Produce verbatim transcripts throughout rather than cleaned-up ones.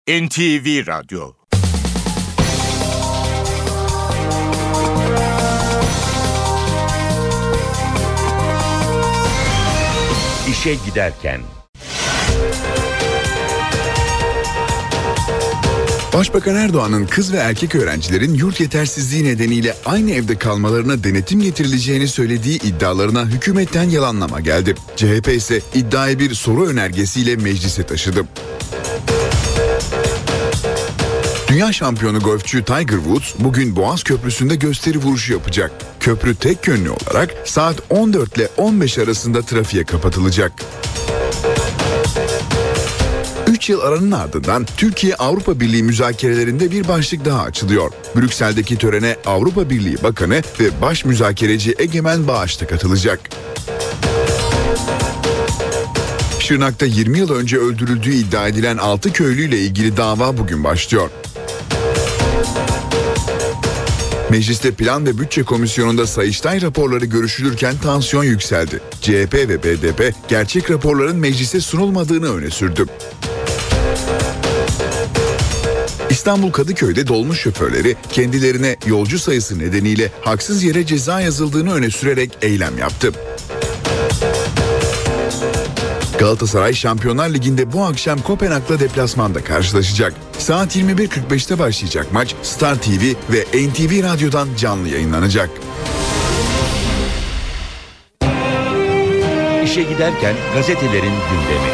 N T V Radyo. İşe giderken. Başbakan Erdoğan'ın kız ve erkek öğrencilerin yurt yetersizliği nedeniyle aynı evde kalmalarına denetim getirileceğini söylediği iddialarına hükümetten yalanlama geldi. C H P ise iddiayı bir soru önergesiyle meclise taşıdı. Dünya şampiyonu golfçü Tiger Woods bugün Boğaz Köprüsü'nde gösteri vuruşu yapacak. Köprü tek yönlü olarak saat on dört ile on beş arasında trafiğe kapatılacak. üç yıl aranın ardından Türkiye-Avrupa Birliği müzakerelerinde bir başlık daha açılıyor. Brüksel'deki törene Avrupa Birliği Bakanı ve baş müzakereci Egemen Bağış da katılacak. Şırnak'ta yirmi yıl önce öldürüldüğü iddia edilen altı köylüyle ilgili dava bugün başlıyor. Mecliste Plan ve Bütçe Komisyonu'nda Sayıştay raporları görüşülürken tansiyon yükseldi. C H P ve B D P gerçek raporların meclise sunulmadığını öne sürdü. İstanbul Kadıköy'de dolmuş şoförleri kendilerine yolcu sayısı nedeniyle haksız yere ceza yazıldığını öne sürerek eylem yaptı. Galatasaray Şampiyonlar Ligi'nde bu akşam Kopenhag'la deplasmanda karşılaşacak. Saat yirmi bir kırk beşte başlayacak maç Star T V ve N T V Radyo'dan canlı yayınlanacak. İşe giderken gazetelerin gündemi.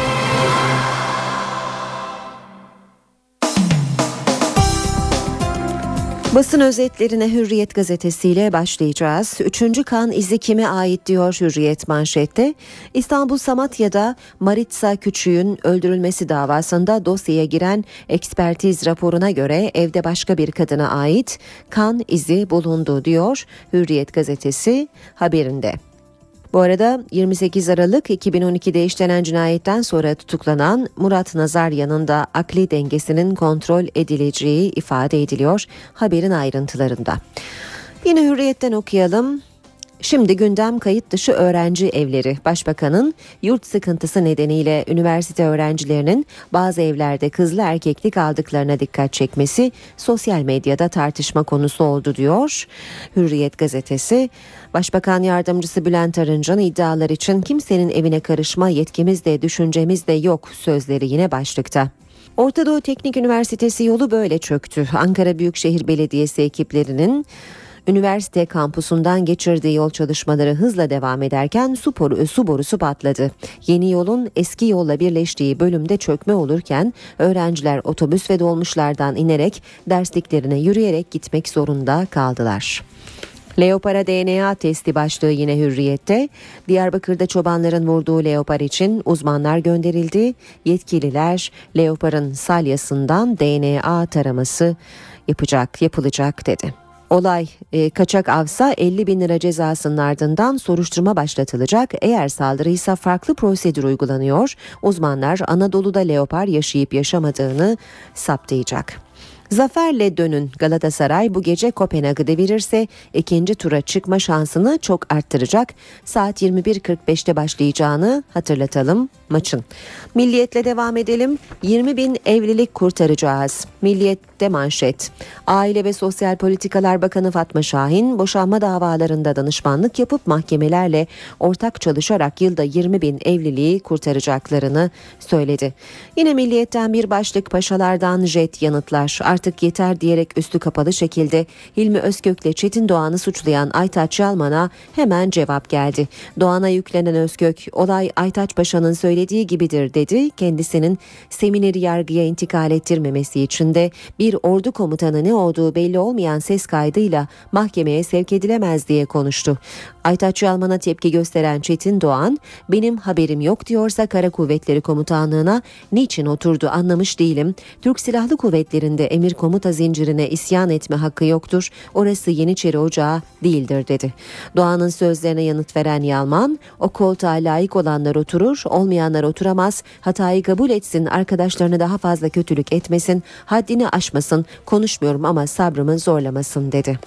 Basın özetlerine Hürriyet gazetesiyle başlayacağız. Üçüncü kan izi kime ait diyor Hürriyet manşette. İstanbul Samatya'da Maritza Küçük'ün öldürülmesi davasında dosyaya giren ekspertiz raporuna göre evde başka bir kadına ait kan izi bulundu diyor Hürriyet gazetesi haberinde. Bu arada yirmi sekiz Aralık iki bin on ikide işlenen cinayetten sonra tutuklanan Murat Nazaryan'ın da akli dengesinin kontrol edileceği ifade ediliyor haberin ayrıntılarında. Yine Hürriyet'ten okuyalım. Şimdi gündem kayıt dışı öğrenci evleri. Başbakanın yurt sıkıntısı nedeniyle üniversite öğrencilerinin bazı evlerde kızlı erkekli kaldıklarına dikkat çekmesi sosyal medyada tartışma konusu oldu diyor Hürriyet gazetesi. Başbakan Yardımcısı Bülent Arınç'ın iddialar için kimsenin evine karışma yetkimiz de düşüncemiz de yok sözleri yine başlıkta. Orta Doğu Teknik Üniversitesi yolu böyle çöktü. Ankara Büyükşehir Belediyesi ekiplerinin üniversite kampusundan geçirdiği yol çalışmaları hızla devam ederken su, boru, su borusu patladı. Yeni yolun eski yolla birleştiği bölümde çökme olurken öğrenciler otobüs ve dolmuşlardan inerek dersliklerine yürüyerek gitmek zorunda kaldılar. Leopar'a D N A testi başlığı yine Hürriyet'te. Diyarbakır'da çobanların vurduğu leopar için uzmanlar gönderildi. Yetkililer leoparın salyasından D N A taraması yapacak, yapılacak dedi. Olay e, kaçak avsa elli bin lira cezasının ardından soruşturma başlatılacak. Eğer saldırıysa farklı prosedür uygulanıyor. Uzmanlar Anadolu'da leopar yaşayıp yaşamadığını saptayacak. Zaferle dönün. Galatasaray bu gece Kopenhag'ı devirirse ikinci tura çıkma şansını çok arttıracak. Saat yirmi bir kırk beşte başlayacağını hatırlatalım maçın. Milliyetle devam edelim. yirmi bin evlilik kurtaracağız. Milliyette manşet. Aile ve Sosyal Politikalar Bakanı Fatma Şahin boşanma davalarında danışmanlık yapıp mahkemelerle ortak çalışarak yılda yirmi bin evliliği kurtaracaklarını söyledi. Yine Milliyet'ten bir başlık paşalardan jet yanıtlar. Artık yeter diyerek üstü kapalı şekilde Hilmi Özkök'le Çetin Doğan'ı suçlayan Aytaç Yalman'a hemen cevap geldi. Doğan'a yüklenen Özkök, olay Aytaç Paşa'nın söylediği gibidir dedi. Kendisinin semineri yargıya intikal ettirmemesi için de bir ordu komutanı ne olduğu belli olmayan ses kaydıyla mahkemeye sevk edilemez diye konuştu. Aytaç Yalman'a tepki gösteren Çetin Doğan, benim haberim yok diyorsa Kara Kuvvetleri Komutanlığı'na niçin oturdu anlamış değilim. Türk Silahlı Kuvvetleri'nde emir komuta zincirine isyan etme hakkı yoktur. Orası Yeniçeri Ocağı değildir dedi. Doğan'ın sözlerine yanıt veren Yalman, o koltuğa layık olanlar oturur, olmayanlar oturamaz. Hatayı kabul etsin, arkadaşlarına daha fazla kötülük etmesin, haddini aşmasın, konuşmuyorum ama sabrımı zorlamasın dedi.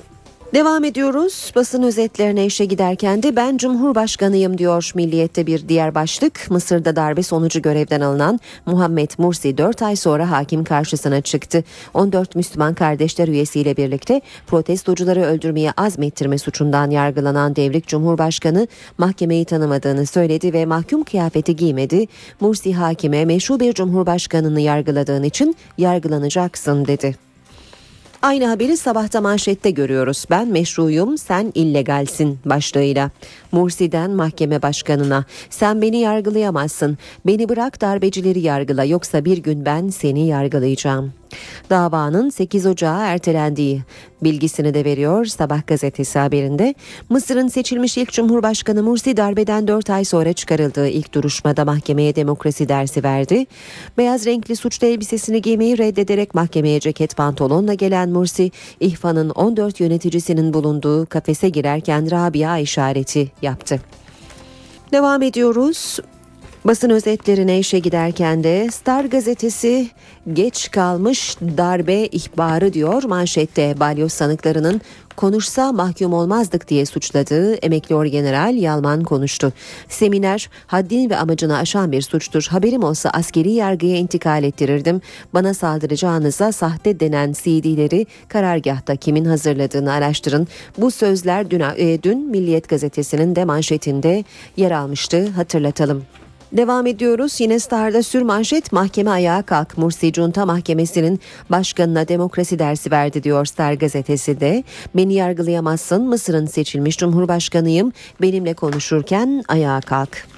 Devam ediyoruz. Basın özetlerine işe giderken de ben Cumhurbaşkanıyım diyor Milliyet'te bir diğer başlık. Mısır'da darbe sonucu görevden alınan Muhammed Mursi dört ay sonra hakim karşısına çıktı. on dört Müslüman kardeşler üyesiyle birlikte protestocuları öldürmeye azmettirme suçundan yargılanan devrik Cumhurbaşkanı mahkemeyi tanımadığını söyledi ve mahkum kıyafeti giymedi. Mursi hakime meşru bir cumhurbaşkanını yargıladığın için yargılanacaksın dedi. Aynı haberi Sabah'ta manşette görüyoruz. Ben meşruyum, sen illegalsin başlığıyla. Mursi'den mahkeme başkanına sen beni yargılayamazsın. Beni bırak darbecileri yargıla yoksa bir gün ben seni yargılayacağım. Davanın sekiz Ocağı ertelendiği bilgisini de veriyor Sabah gazetesi haberinde. Mısır'ın seçilmiş ilk Cumhurbaşkanı Mursi darbeden dört ay sonra çıkarıldığı ilk duruşmada mahkemeye demokrasi dersi verdi. Beyaz renkli suçlu elbisesini giymeyi reddederek mahkemeye ceket pantolonla gelen Mursi, İhvan'ın on dört yöneticisinin bulunduğu kafese girerken Rabia işareti yaptı. Devam ediyoruz. Basın özetlerine işe giderken de Star gazetesi geç kalmış darbe ihbarı diyor manşette. Balyoz sanıklarının konuşsa mahkum olmazdık diye suçladığı emekli orgeneral Yalman konuştu. Seminer haddini ve amacını aşan bir suçtur. Haberim olsa askeri yargıya intikal ettirirdim. Bana saldıracağınıza sahte denen C D'leri karargahta kimin hazırladığını araştırın. Bu sözler dün, e, dün Milliyet gazetesinin de manşetinde yer almıştı, hatırlatalım. Devam ediyoruz. Yine Star'da sürmanşet mahkeme ayağa kalk. Mursi Junta Mahkemesi'nin başkanına demokrasi dersi verdi diyor Star gazetesi de. Beni yargılayamazsın. Mısır'ın seçilmiş cumhurbaşkanıyım. Benimle konuşurken ayağa kalk.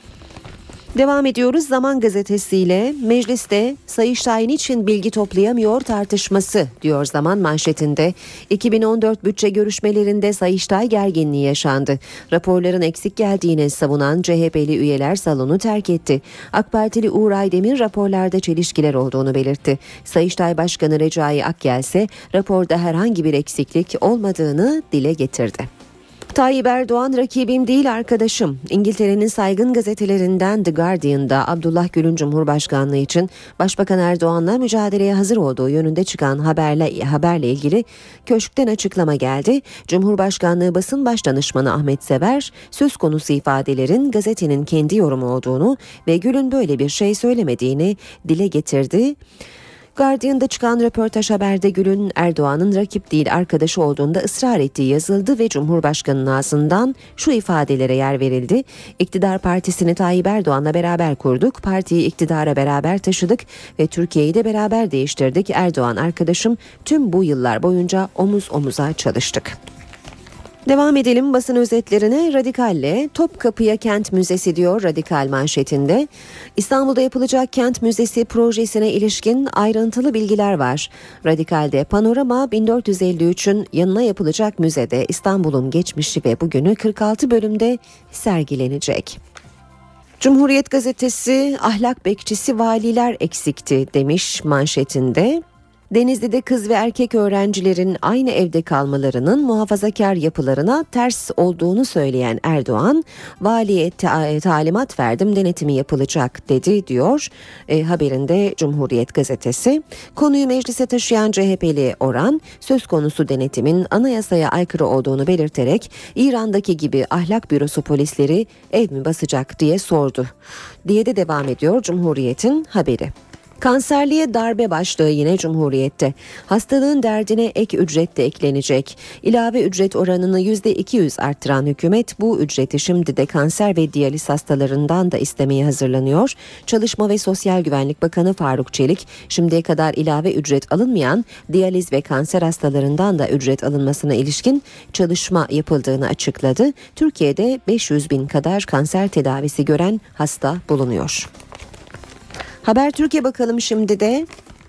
Devam ediyoruz Zaman gazetesiyle. Mecliste Sayıştay için bilgi toplayamıyor tartışması diyor Zaman manşetinde. iki bin on dört bütçe görüşmelerinde Sayıştay gerginliği yaşandı. Raporların eksik geldiğini savunan C H P'li üyeler salonu terk etti. AK Partili Uğur Aydemir raporlarda çelişkiler olduğunu belirtti. Sayıştay Başkanı Recai Akyel ise raporda herhangi bir eksiklik olmadığını dile getirdi. Tayyip Erdoğan rakibim değil arkadaşım. İngiltere'nin saygın gazetelerinden The Guardian'da Abdullah Gül'ün Cumhurbaşkanlığı için Başbakan Erdoğan'la mücadeleye hazır olduğu yönünde çıkan haberle, haberle ilgili Köşk'ten açıklama geldi. Cumhurbaşkanlığı basın başdanışmanı Ahmet Sever söz konusu ifadelerin gazetenin kendi yorumu olduğunu ve Gül'ün böyle bir şey söylemediğini dile getirdi. Guardian'da çıkan röportaj haberde Gül'ün Erdoğan'ın rakip değil arkadaşı olduğunda ısrar ettiği yazıldı ve Cumhurbaşkanı'nın ağzından şu ifadelere yer verildi. İktidar partisini Tayyip Erdoğan'la beraber kurduk, partiyi iktidara beraber taşıdık ve Türkiye'yi de beraber değiştirdik. Erdoğan arkadaşım, tüm bu yıllar boyunca omuz omuza çalıştık. Devam edelim basın özetlerine. Radikal'le Topkapı'ya kent müzesi diyor Radikal manşetinde. İstanbul'da yapılacak kent müzesi projesine ilişkin ayrıntılı bilgiler var. Radikal'de Panorama bin dört yüz elli üçün yanına yapılacak müzede İstanbul'un geçmişi ve bugünü kırk altı bölümde sergilenecek. Cumhuriyet gazetesi ahlak bekçisi valiler eksikti demiş manşetinde. Denizli'de kız ve erkek öğrencilerin aynı evde kalmalarının muhafazakar yapılarına ters olduğunu söyleyen Erdoğan, valiye ta- talimat verdim denetimi yapılacak dedi diyor e, haberinde Cumhuriyet gazetesi. Konuyu meclise taşıyan C H P'li Orhan, söz konusu denetimin anayasaya aykırı olduğunu belirterek İran'daki gibi ahlak bürosu polisleri ev mi basacak diye sordu diye de devam ediyor Cumhuriyet'in haberi. Kanserliğe darbe başlığı yine Cumhuriyet'te. Hastalığın derdine ek ücret de eklenecek. İlave ücret oranını yüzde iki yüz arttıran hükümet bu ücreti şimdi de kanser ve diyaliz hastalarından da istemeye hazırlanıyor. Çalışma ve Sosyal Güvenlik Bakanı Faruk Çelik, şimdiye kadar ilave ücret alınmayan diyaliz ve kanser hastalarından da ücret alınmasına ilişkin çalışma yapıldığını açıkladı. Türkiye'de beş yüz bin kadar kanser tedavisi gören hasta bulunuyor. Habertürk'e bakalım şimdi de.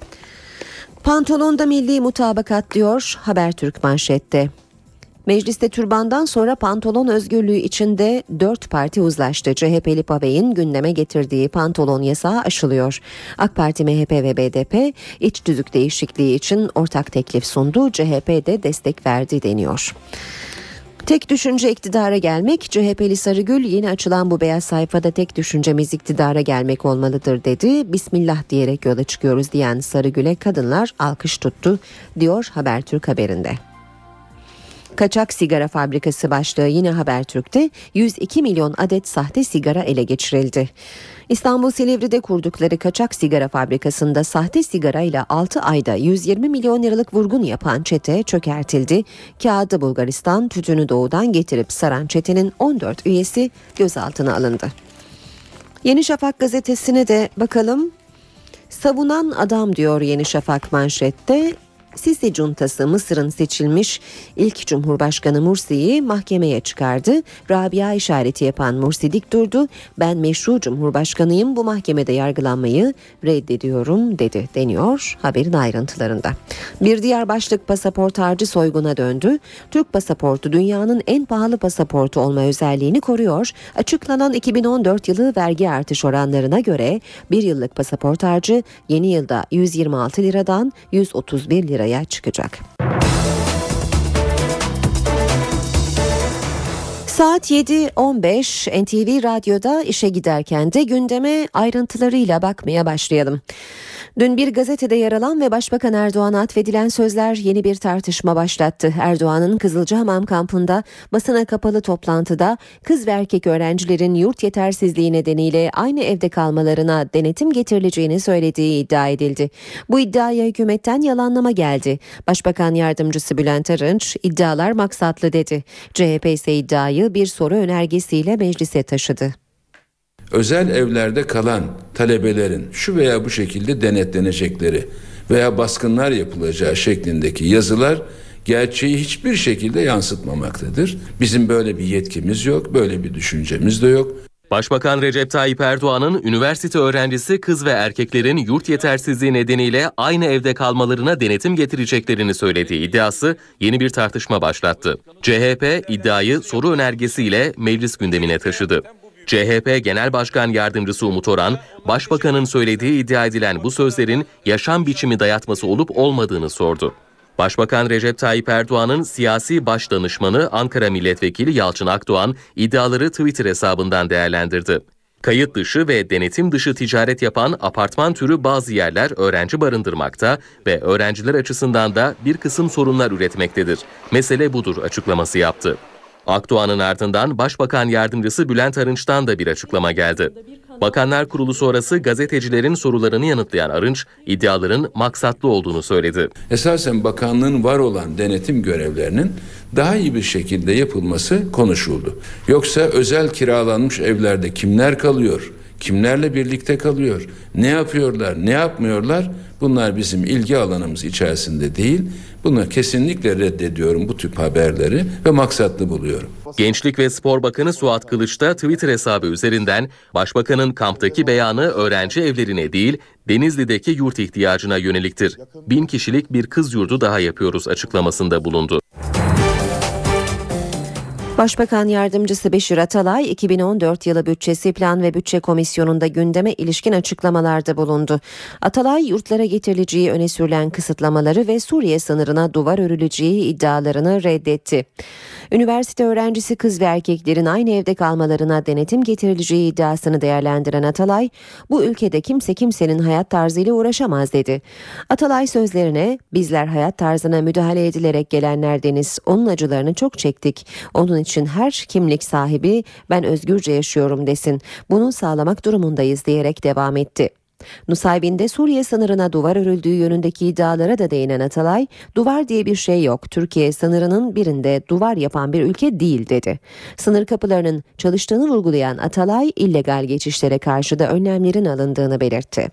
Pantolonda milli mutabakat diyor Habertürk manşette. Mecliste türbandan sonra pantolon özgürlüğü içinde dört parti uzlaştı. C H P'li Pavey'in gündeme getirdiği pantolon yasağı aşılıyor. AK Parti, M H P ve B D P iç tüzük değişikliği için ortak teklif sundu. C H P de destek verdi deniyor. Tek düşünce iktidara gelmek. C H P'li Sarıgül yeni açılan bu beyaz sayfada tek düşüncemiz iktidara gelmek olmalıdır dedi. Bismillah diyerek yola çıkıyoruz diyen Sarıgül'e kadınlar alkış tuttu diyor Habertürk haberinde. Kaçak sigara fabrikası başlığı yine Habertürk'te yüz iki milyon adet sahte sigara ele geçirildi. İstanbul Silivri'de kurdukları kaçak sigara fabrikasında sahte sigara ile altı ayda yüz yirmi milyon liralık vurgun yapan çete çökertildi. Kağıdı Bulgaristan, tütünü doğudan getirip saran çetenin on dört üyesi gözaltına alındı. Yeni Şafak gazetesine de bakalım. Savunan adam diyor Yeni Şafak manşette. Sisi cuntası Mısır'ın seçilmiş ilk Cumhurbaşkanı Mursi'yi mahkemeye çıkardı. Rabia işareti yapan Mursi dik durdu. Ben meşru Cumhurbaşkanıyım, bu mahkemede yargılanmayı reddediyorum dedi deniyor haberin ayrıntılarında. Bir diğer başlık pasaport harcı soyguna döndü. Türk pasaportu dünyanın en pahalı pasaportu olma özelliğini koruyor. Açıklanan iki bin on dört yılı vergi artış oranlarına göre bir yıllık pasaport harcı yeni yılda yüz yirmi altı liradan yüz otuz bir lira çıkacak. Saat yedi on beş N T V Radyo'da işe giderken de gündeme ayrıntılarıyla bakmaya başlayalım. Dün bir gazetede yer alan ve Başbakan Erdoğan'a atfedilen sözler yeni bir tartışma başlattı. Erdoğan'ın Kızılcahamam kampında basına kapalı toplantıda kız ve erkek öğrencilerin yurt yetersizliği nedeniyle aynı evde kalmalarına denetim getirileceğini söylediği iddia edildi. Bu iddiaya hükümetten yalanlama geldi. Başbakan Yardımcısı Bülent Arınç iddialar maksatlı dedi. C H P ise iddiayı bir soru önergesiyle meclise taşıdı. Özel evlerde kalan talebelerin şu veya bu şekilde denetlenecekleri veya baskınlar yapılacağı şeklindeki yazılar gerçeği hiçbir şekilde yansıtmamaktadır. Bizim böyle bir yetkimiz yok, böyle bir düşüncemiz de yok. Başbakan Recep Tayyip Erdoğan'ın üniversite öğrencisi kız ve erkeklerin yurt yetersizliği nedeniyle aynı evde kalmalarına denetim getireceklerini söylediği iddiası yeni bir tartışma başlattı. C H P iddiayı soru önergesiyle meclis gündemine taşıdı. C H P Genel Başkan Yardımcısı Umut Orhan, Başbakan'ın söylediği iddia edilen bu sözlerin yaşam biçimi dayatması olup olmadığını sordu. Başbakan Recep Tayyip Erdoğan'ın siyasi baş danışmanı Ankara Milletvekili Yalçın Akdoğan iddiaları Twitter hesabından değerlendirdi. Kayıt dışı ve denetim dışı ticaret yapan apartman türü bazı yerler öğrenci barındırmakta ve öğrenciler açısından da bir kısım sorunlar üretmektedir. Mesele budur açıklaması yaptı. Akdoğan'ın ardından Başbakan Yardımcısı Bülent Arınç'tan da bir açıklama geldi. Bakanlar Kurulu sonrası gazetecilerin sorularını yanıtlayan Arınç, iddiaların maksatlı olduğunu söyledi. Esasen bakanlığın var olan denetim görevlerinin daha iyi bir şekilde yapılması konuşuldu. Yoksa özel kiralanmış evlerde kimler kalıyor, kimlerle birlikte kalıyor, ne yapıyorlar, ne yapmıyorlar? Bunlar bizim ilgi alanımız içerisinde değil. Bunu kesinlikle reddediyorum, bu tip haberleri, ve maksatlı buluyorum. Gençlik ve Spor Bakanı Suat Kılıç da Twitter hesabı üzerinden Başbakanın kamptaki beyanı öğrenci evlerine değil Denizli'deki yurt ihtiyacına yöneliktir. Bin kişilik bir kız yurdu daha yapıyoruz açıklamasında bulundu. Başbakan Yardımcısı Beşir Atalay iki bin on dört yılı bütçesi Plan ve Bütçe Komisyonu'nda gündeme ilişkin açıklamalarda bulundu. Atalay yurtlara getirileceği öne sürülen kısıtlamaları ve Suriye sınırına duvar örüleceği iddialarını reddetti. Üniversite öğrencisi kız ve erkeklerin aynı evde kalmalarına denetim getirileceği iddiasını değerlendiren Atalay, bu ülkede kimse kimsenin hayat tarzıyla uğraşamaz dedi. Atalay sözlerine, bizler hayat tarzına müdahale edilerek gelenlerdeniz, onun acılarını çok çektik, onun için her kimlik sahibi ben özgürce yaşıyorum desin, bunu sağlamak durumundayız diyerek devam etti. Nusaybin'de Suriye sınırına duvar örüldüğü yönündeki iddialara da değinen Atalay, duvar diye bir şey yok, Türkiye sınırının birinde duvar yapan bir ülke değil dedi. Sınır kapılarının çalıştığını vurgulayan Atalay, illegal geçişlere karşı da önlemlerin alındığını belirtti.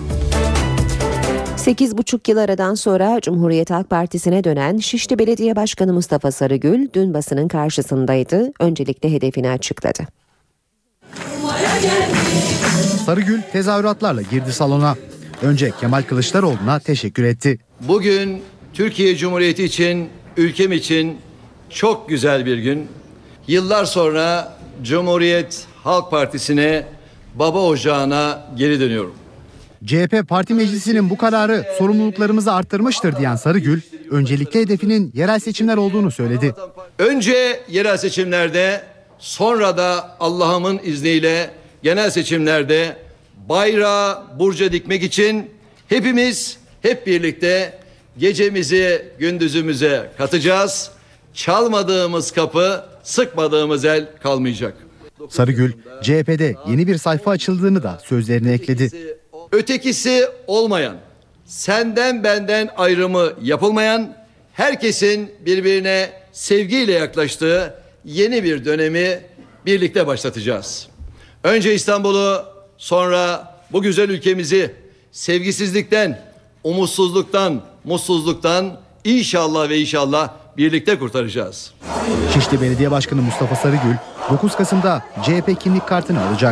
sekiz buçuk yıl aradan sonra Cumhuriyet Halk Partisi'ne dönen Şişli Belediye Başkanı Mustafa Sarıgül dün basının karşısındaydı. Öncelikle hedefini açıkladı. Sarıgül tezahüratlarla girdi salona. Önce Kemal Kılıçdaroğlu'na teşekkür etti. Bugün Türkiye Cumhuriyeti için, ülkem için çok güzel bir gün. Yıllar sonra Cumhuriyet Halk Partisi'ne, baba ocağına geri dönüyorum. C H P Parti Meclisi'nin bu kararı sorumluluklarımızı arttırmıştır diyen Sarıgül, öncelikle hedefinin yerel seçimler olduğunu söyledi. Önce yerel seçimlerde, sonra da Allah'ımın izniyle genel seçimlerde bayrağı burca dikmek için hepimiz hep birlikte gecemizi gündüzümüze katacağız çalmadığımız kapı, sıkmadığımız el kalmayacak. Sarıgül, C H P'de yeni bir sayfa açıldığını da sözlerine ekledi. Ötekisi olmayan, senden benden ayrımı yapılmayan, herkesin birbirine sevgiyle yaklaştığı yeni bir dönemi birlikte başlatacağız. Önce İstanbul'u, sonra bu güzel ülkemizi sevgisizlikten, umutsuzluktan, mutsuzluktan inşallah ve inşallah birlikte kurtaracağız. Şişli Belediye Başkanı Mustafa Sarıgül, dokuz Kasım'da C H P kimlik kartını alacak.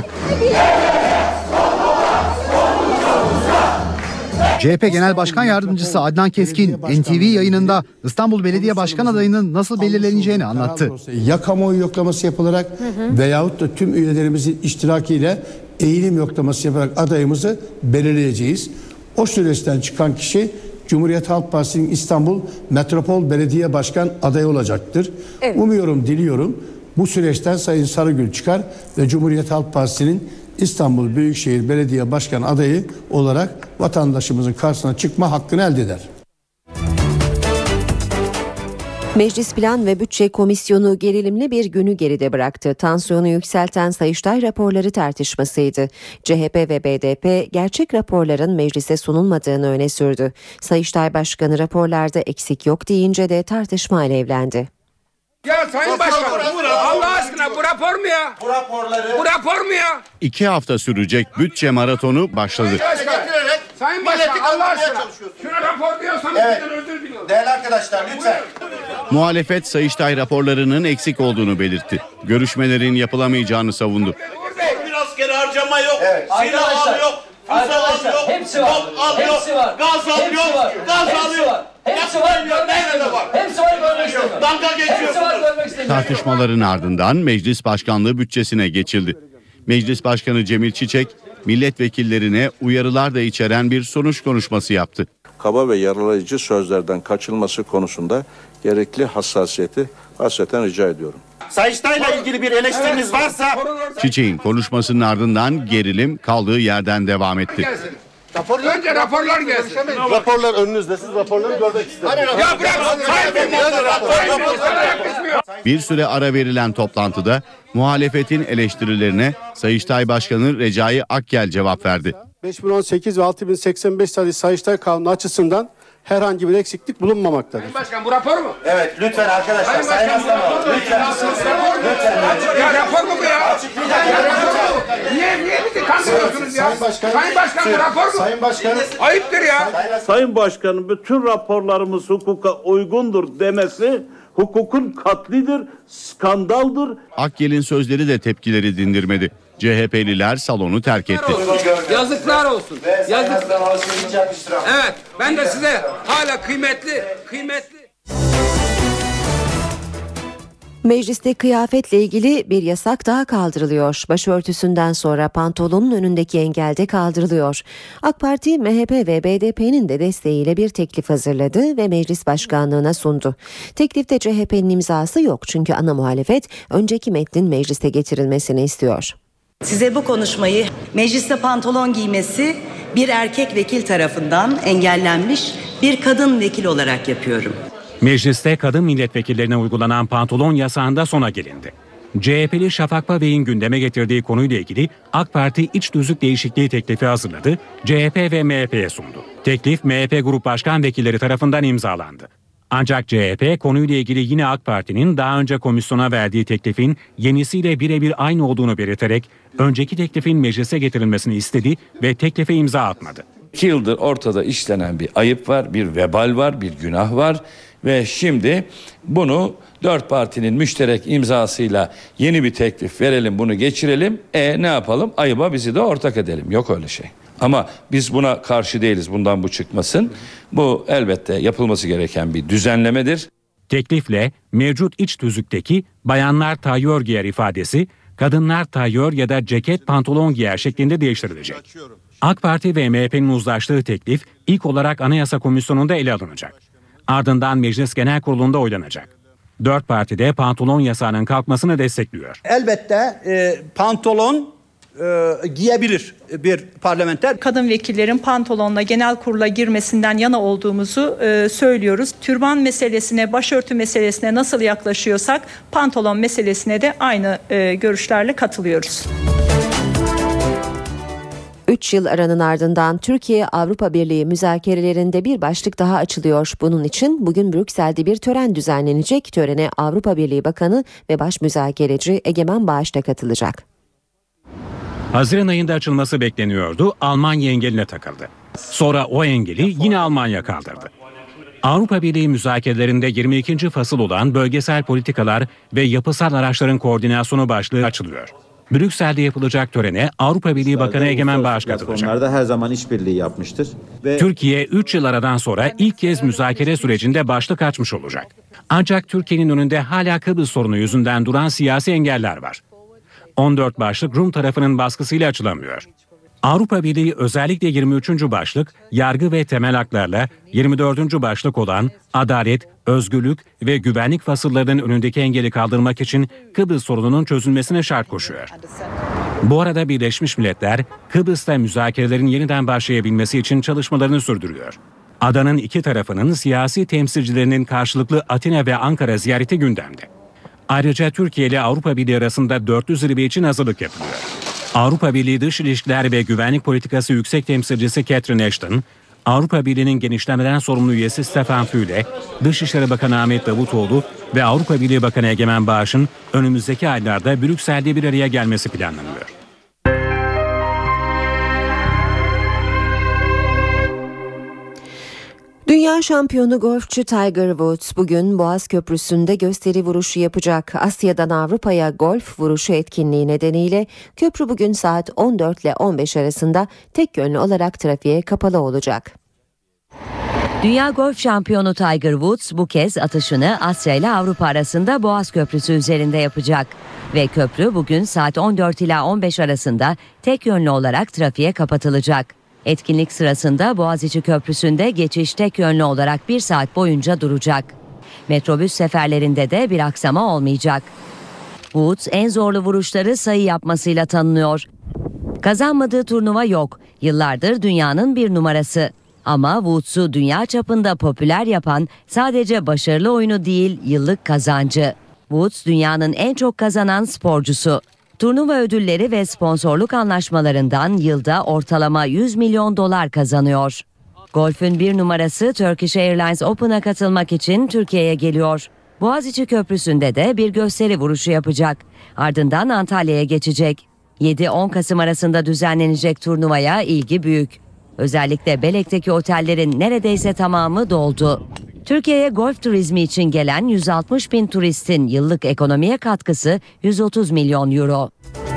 C H P Genel Başkan Yardımcısı Adnan Keskin, N T V yayınında İstanbul Belediye Başkan adayının nasıl belirleneceğini anlattı. Ya kamuoyu yoklaması yapılarak hı hı. veyahut da tüm üyelerimizin iştirakiyle eğilim yoklaması yaparak adayımızı belirleyeceğiz. O süreçten çıkan kişi Cumhuriyet Halk Partisi'nin İstanbul Metropol Belediye Başkan adayı olacaktır. Evet. Umuyorum, diliyorum bu süreçten Sayın Sarıgül çıkar ve Cumhuriyet Halk Partisi'nin İstanbul Büyükşehir Belediye Başkan adayı olarak vatandaşımızın karşısına çıkma hakkını elde eder. Meclis Plan ve Bütçe Komisyonu gerilimli bir günü geride bıraktı. Tansiyonu yükselten Sayıştay raporları tartışmasıydı. C H P ve B D P gerçek raporların meclise sunulmadığını öne sürdü. Sayıştay Başkanı raporlarda eksik yok deyince de tartışma alevlendi. Ya Sayın Başkan, Allah aşkına bu rapor mu ya? Bu raporları. Bu rapor mu ya? İki hafta sürecek bütçe maratonu başladı. Sayın Başkan, Sayın Başkan Allah aşkına şuna rapor diyorsanız evet. Sizden özür diliyorum. Değerli arkadaşlar lütfen. Muhalefet Sayıştay raporlarının eksik olduğunu belirtti. Görüşmelerin yapılamayacağını savundu. Bir askeri harcama yok. Evet. Silah al yok. Füze al yok. Hepsi var. Top al yok. Hepsi var. Gaz al Hepsi yok. var. Gaz Hepsi al yok. var. Hepsi var. Nerede var? Hepsi var görmek istemiyorum. Dalga geçiyorsunuz. Tartışmaların ardından meclis başkanlığı bütçesine geçildi. Meclis Başkanı Cemil Çiçek, milletvekillerine uyarılar da içeren bir sonuç konuşması yaptı. Kaba ve yaralayıcı sözlerden kaçınılması konusunda gerekli hassasiyeti hasreten rica ediyorum. Sayıştay'la ilgili bir eleştiriniz varsa... Çiçek'in konuşmasının ardından gerilim kaldığı yerden devam etti. Raporlar, önce raporlar gelsin. Raporlar önünüzde, siz raporları görmek istedim. Ya bırak! Bir süre ara verilen toplantıda muhalefetin eleştirilerine Sayıştay Başkanı Recai Akgel cevap verdi. beş bin on sekiz ve altı bin seksen beş sayılı Sayıştay Kanunu açısından herhangi bir eksiklik bulunmamaktadır. Sayın Başkan bu rapor mu? Evet lütfen arkadaşlar. Sayın Başkan lütfen. Lütfen. Ya rapor mu bu ya? Niye, niye bizi kandırıyorsunuz ya? Sayın Başkan. Sayın Başkan bu rapor mu? Sayın Başkan. Ayıptır ya. Sayın Başkanım bütün raporlarımız hukuka uygundur demesi hukukun katlidir, skandaldır. Akgel'in sözleri de tepkileri dindirmedi. C H P'liler salonu terk etti. Yazıklar olsun. Yazık. Evet, ben de size hala kıymetli, kıymetli. Mecliste kıyafetle ilgili bir yasak daha kaldırılıyor. Başörtüsünden sonra pantolonun önündeki engel de kaldırılıyor. AK Parti, M H P ve B D P'nin de desteğiyle bir teklif hazırladı ve meclis başkanlığına sundu. Teklifte C H P'nin imzası yok çünkü ana muhalefet önceki metnin mecliste getirilmesini istiyor. Size bu konuşmayı mecliste pantolon giymesi bir erkek vekil tarafından engellenmiş bir kadın vekil olarak yapıyorum. Mecliste kadın milletvekillerine uygulanan pantolon yasağında sona gelindi. C H P'li Şafak Pavey'in gündeme getirdiği konuyla ilgili AK Parti iç tüzük değişikliği teklifi hazırladı, C H P ve M H P'ye sundu. Teklif M H P Grup Başkan Vekilleri tarafından imzalandı. Ancak C H P konuyla ilgili yine AK Parti'nin daha önce komisyona verdiği teklifin yenisiyle birebir aynı olduğunu belirterek önceki teklifin meclise getirilmesini istedi ve teklife imza atmadı. İki yıldır ortada işlenen bir ayıp var, bir vebal var, bir günah var ve şimdi bunu dört partinin müşterek imzasıyla yeni bir teklif verelim, bunu geçirelim. E ne yapalım? Ayıba bizi de ortak edelim. Yok öyle şey. Ama biz buna karşı değiliz, bundan bu çıkmasın. Bu elbette yapılması gereken bir düzenlemedir. Teklifle mevcut iç tüzükteki bayanlar tayör giyer ifadesi kadınlar tayör ya da ceket pantolon giyer şeklinde değiştirilecek. AK Parti ve M H P'nin uzlaştığı teklif ilk olarak Anayasa Komisyonu'nda ele alınacak. Ardından Meclis Genel Kurulu'nda oylanacak. Dört parti de pantolon yasağının kalkmasını destekliyor. Elbette e, pantolon e, giyebilir bir parlamenter. Kadın vekillerin pantolonla genel kurula girmesinden yana olduğumuzu e, söylüyoruz. Türban meselesine, başörtü meselesine nasıl yaklaşıyorsak pantolon meselesine de aynı e, görüşlerle katılıyoruz. üç yıl aranın ardından Türkiye-Avrupa Birliği müzakerelerinde bir başlık daha açılıyor. Bunun için bugün Brüksel'de bir tören düzenlenecek. Törene Avrupa Birliği Bakanı ve baş müzakereci Egemen Bağış da katılacak. Haziran ayında açılması bekleniyordu. Almanya engeline takıldı. Sonra o engeli yine Almanya kaldırdı. Avrupa Birliği müzakerelerinde yirmi ikinci fasıl olan bölgesel politikalar ve yapısal araçların koordinasyonu başlığı açılıyor. Brüksel'de yapılacak törene Avrupa Birliği Bakanı Egemen Bağış katılacak. Platformlarda her zaman işbirliği yapmıştır. Ve Türkiye üç yıl aradan sonra ilk kez müzakere sürecinde başlık açmış olacak. Ancak Türkiye'nin önünde hala Kıbrıs sorunu yüzünden duran siyasi engeller var. on dört başlık Rum tarafının baskısıyla açılamıyor. Avrupa Birliği özellikle yirmi üçüncü başlık yargı ve temel haklarla yirmi dördüncü başlık olan adalet, özgürlük ve güvenlik fasıllarının önündeki engeli kaldırmak için Kıbrıs sorununun çözülmesine şart koşuyor. Bu arada Birleşmiş Milletler Kıbrıs'ta müzakerelerin yeniden başlayabilmesi için çalışmalarını sürdürüyor. Adanın iki tarafının siyasi temsilcilerinin karşılıklı Atina ve Ankara ziyareti gündemde. Ayrıca Türkiye ile Avrupa Birliği arasında dörtlü zirve için hazırlık yapılıyor. Avrupa Birliği Dış İlişkiler ve Güvenlik Politikası Yüksek Temsilcisi Catherine Ashton, Avrupa Birliği'nin genişlemeden sorumlu üyesi Stefan Füle, Dışişleri Bakanı Ahmet Davutoğlu ve Avrupa Birliği Bakanı Egemen Bağış'ın önümüzdeki aylarda Brüksel'de bir araya gelmesi planlanıyor. Dünya şampiyonu golfçü Tiger Woods bugün Boğaz Köprüsü'nde gösteri vuruşu yapacak. Asya'dan Avrupa'ya golf vuruşu etkinliği nedeniyle köprü bugün saat on dört ile on beş arasında tek yönlü olarak trafiğe kapalı olacak. Dünya golf şampiyonu Tiger Woods bu kez atışını Asya ile Avrupa arasında Boğaz Köprüsü üzerinde yapacak. Ve köprü bugün saat on dört ila on beş arasında tek yönlü olarak trafiğe kapatılacak. Etkinlik sırasında Boğaziçi Köprüsü'nde geçiş tek yönlü olarak bir saat boyunca duracak. Metrobüs seferlerinde de bir aksama olmayacak. Woods en zorlu vuruşları sayı yapmasıyla tanınıyor. Kazanmadığı turnuva yok. Yıllardır dünyanın bir numarası. Ama Woods'u dünya çapında popüler yapan sadece başarılı oyunu değil, yıllık kazancı. Woods dünyanın en çok kazanan sporcusu. Turnuva ödülleri ve sponsorluk anlaşmalarından yılda ortalama yüz milyon dolar kazanıyor. Golf'ün bir numarası Turkish Airlines Open'a katılmak için Türkiye'ye geliyor. Boğaziçi Köprüsü'nde de bir gösteri vuruşu yapacak. Ardından Antalya'ya geçecek. yedi on Kasım arasında düzenlenecek turnuvaya ilgi büyük. Özellikle Belek'teki otellerin neredeyse tamamı doldu. Türkiye'ye golf turizmi için gelen yüz altmış bin turistin yıllık ekonomiye katkısı yüz otuz milyon euro.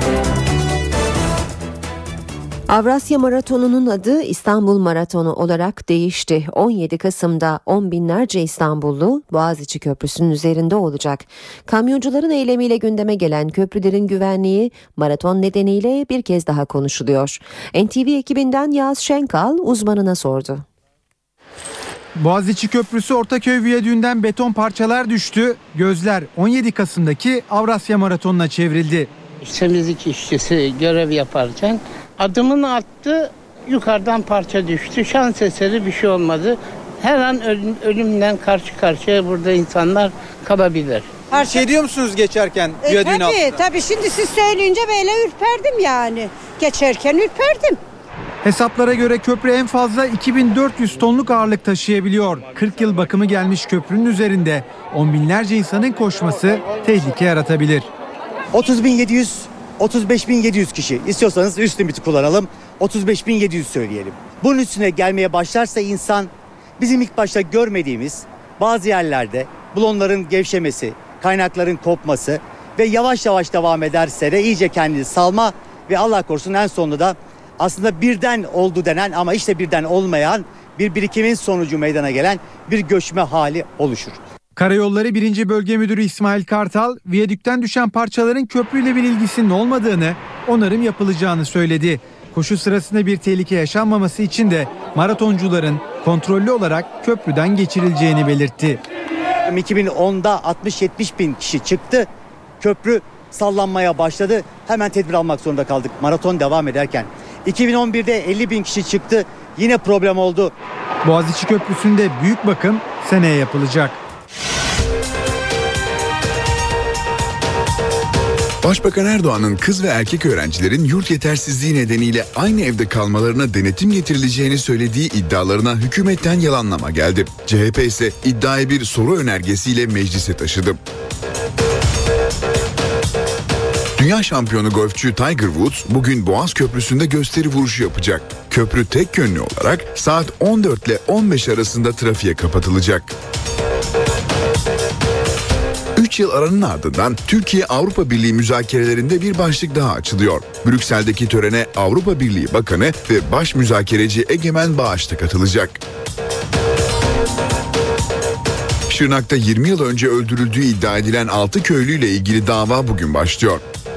Avrasya Maratonu'nun adı İstanbul Maratonu olarak değişti. on yedi Kasım'da on binlerce İstanbullu Boğaziçi Köprüsü'nün üzerinde olacak. Kamyoncuların eylemiyle gündeme gelen köprülerin güvenliği maraton nedeniyle bir kez daha konuşuluyor. N T V ekibinden Yağız Şenkal uzmanına sordu. Boğaziçi Köprüsü Ortaköy Viyadüğü'nden beton parçalar düştü. Gözler on yedi Kasım'daki Avrasya Maratonu'na çevrildi. Temizlik işçisi görev yaparken adımını attı, yukarıdan parça düştü. Şans eseri bir şey olmadı. Her an ölüm, ölümle karşı karşıya burada insanlar kalabilir. Şey diyor musunuz geçerken e, viyadüğün tabii, altında? Tabii şimdi siz söyleyince böyle ürperdim yani. Geçerken ürperdim. Hesaplara göre köprü en fazla iki bin dört yüz tonluk ağırlık taşıyabiliyor. kırk yıl bakımı gelmiş köprünün üzerinde on binlerce insanın koşması tehlike yaratabilir. otuz bin yedi yüz, otuz beş bin yedi yüz kişi. İstiyorsanız üst limiti kullanalım. otuz beş bin yedi yüz söyleyelim. Bunun üstüne gelmeye başlarsa insan bizim ilk başta görmediğimiz bazı yerlerde balonların gevşemesi, kaynakların kopması ve yavaş yavaş devam ederse de iyice kendini salma ve Allah korusun en sonunda da aslında birden oldu denen ama işte birden olmayan bir birikimin sonucu meydana gelen bir göçme hali oluşur. Karayolları birinci Bölge Müdürü İsmail Kartal, viyadükten düşen parçaların köprüyle bir ilgisinin olmadığını, onarım yapılacağını söyledi. Koşu sırasında bir tehlike yaşanmaması için de maratoncuların kontrollü olarak köprüden geçirileceğini belirtti. iki bin onda altmış yetmiş bin kişi çıktı. Köprü sallanmaya başladı. Hemen tedbir almak zorunda kaldık maraton devam ederken. iki bin on birde elli bin kişi çıktı. Yine problem oldu. Boğaziçi Köprüsü'nde büyük bakım seneye yapılacak. Başbakan Erdoğan'ın kız ve erkek öğrencilerin yurt yetersizliği nedeniyle aynı evde kalmalarına denetim getirileceğini söylediği iddialarına hükümetten yalanlama geldi. C H P ise iddiayı bir soru önergesiyle meclise taşıdı. Dünya şampiyonu golfçü Tiger Woods bugün Boğaz Köprüsü'nde gösteri vuruşu yapacak. Köprü tek yönlü olarak saat on dört ile on beş arasında trafiğe kapatılacak. üç yıl aranın ardından Türkiye-Avrupa Birliği müzakerelerinde bir başlık daha açılıyor. Brüksel'deki törene Avrupa Birliği Bakanı ve baş müzakereci Egemen Bağış da katılacak. Şırnak'ta yirmi yıl önce öldürüldüğü iddia edilen altı köylüyle ilgili dava bugün başlıyor.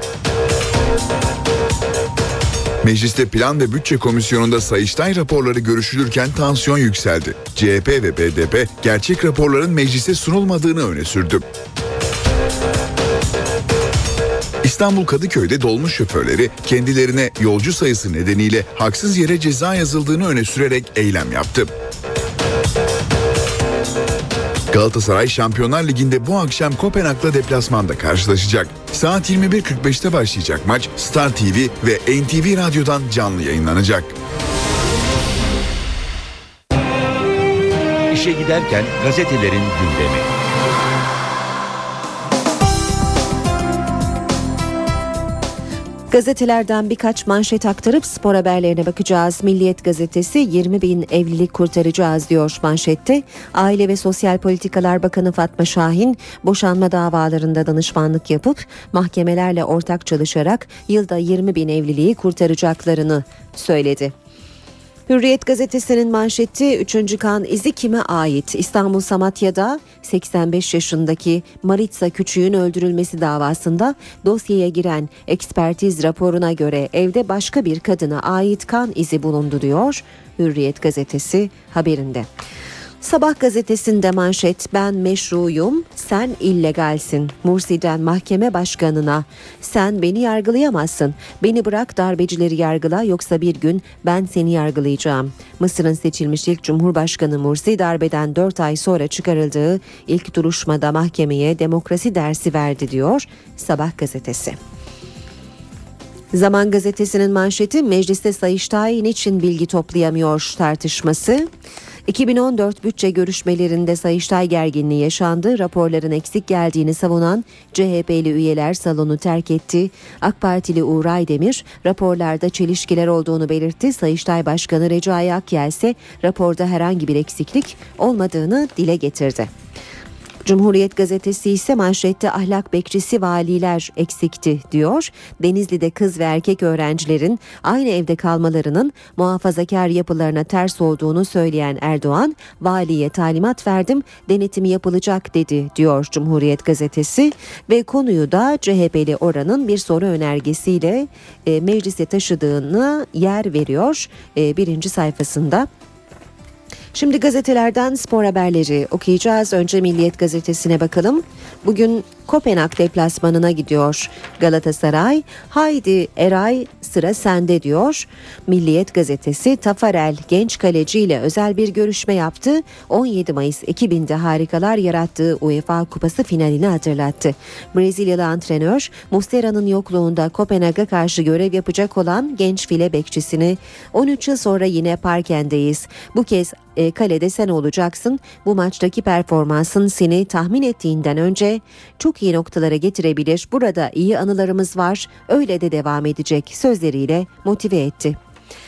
Mecliste Plan ve Bütçe Komisyonu'nda Sayıştay raporları görüşülürken tansiyon yükseldi. C H P ve B D P gerçek raporların meclise sunulmadığını öne sürdü. İstanbul Kadıköy'de dolmuş şoförleri kendilerine yolcu sayısı nedeniyle haksız yere ceza yazıldığını öne sürerek eylem yaptı. Galatasaray Şampiyonlar Ligi'nde bu akşam Kopenhag'la deplasmanda karşılaşacak. Saat yirmi bir kırk beşte başlayacak maç Star T V ve N T V Radyo'dan canlı yayınlanacak. İşe giderken gazetelerin gündemi. Gazetelerden birkaç manşet aktarıp spor haberlerine bakacağız. Milliyet gazetesi yirmi bin evlilik kurtaracağız diyor manşette. Aile ve Sosyal Politikalar Bakanı Fatma Şahin boşanma davalarında danışmanlık yapıp mahkemelerle ortak çalışarak yılda yirmi bin evliliği kurtaracaklarını söyledi. Hürriyet gazetesinin manşeti üçüncü kan izi kime ait? İstanbul Samatya'da seksen beş yaşındaki Maritza Küçük'ün öldürülmesi davasında dosyaya giren ekspertiz raporuna göre evde başka bir kadına ait kan izi bulundu diyor Hürriyet gazetesi haberinde. Sabah gazetesinde manşet ben meşruyum, sen illegalsin. Mursi'den mahkeme başkanına sen beni yargılayamazsın. Beni bırak darbecileri yargıla yoksa bir gün ben seni yargılayacağım. Mısır'ın seçilmiş ilk Cumhurbaşkanı Mursi darbeden dört ay sonra çıkarıldığı ilk duruşmada mahkemeye demokrasi dersi verdi diyor Sabah gazetesi. Zaman gazetesinin manşeti mecliste Sayıştay niçin bilgi toplayamıyor tartışması. iki bin on dört bütçe görüşmelerinde Sayıştay gerginliği yaşandı. Raporların eksik geldiğini savunan C H P'li üyeler salonu terk etti. AK Partili Uğur Aydemir raporlarda çelişkiler olduğunu belirtti. Sayıştay Başkanı Recai Akyel ise raporda herhangi bir eksiklik olmadığını dile getirdi. Cumhuriyet gazetesi ise manşette ahlak bekçisi valiler eksikti diyor. Denizli'de kız ve erkek öğrencilerin aynı evde kalmalarının muhafazakar yapılarına ters olduğunu söyleyen Erdoğan, valiye talimat verdim, denetimi yapılacak dedi diyor Cumhuriyet gazetesi ve konuyu da C H P'li Oran'ın bir soru önergesiyle e, meclise taşıdığını yer veriyor e, birinci sayfasında. Şimdi gazetelerden spor haberleri okuyacağız. Önce Milliyet gazetesine bakalım. Bugün Kopenhag deplasmanına gidiyor Galatasaray. Haydi Eray sıra sende diyor. Milliyet gazetesi Tafarel genç kaleciyle özel bir görüşme yaptı. on yedi Mayıs ekibinde harikalar yarattığı UEFA Kupası finalini hatırlattı. Brezilyalı antrenör Muslera'nın yokluğunda Kopenhag'a karşı görev yapacak olan genç file bekçisini on üç yıl sonra yine Parken'deyiz. Bu kez e, kalede sen olacaksın. Bu maçtaki performansın seni tahmin ettiğinden önce çok iyi noktalara getirebilir. Burada iyi anılarımız var. Öyle de devam edecek sözleriyle motive etti.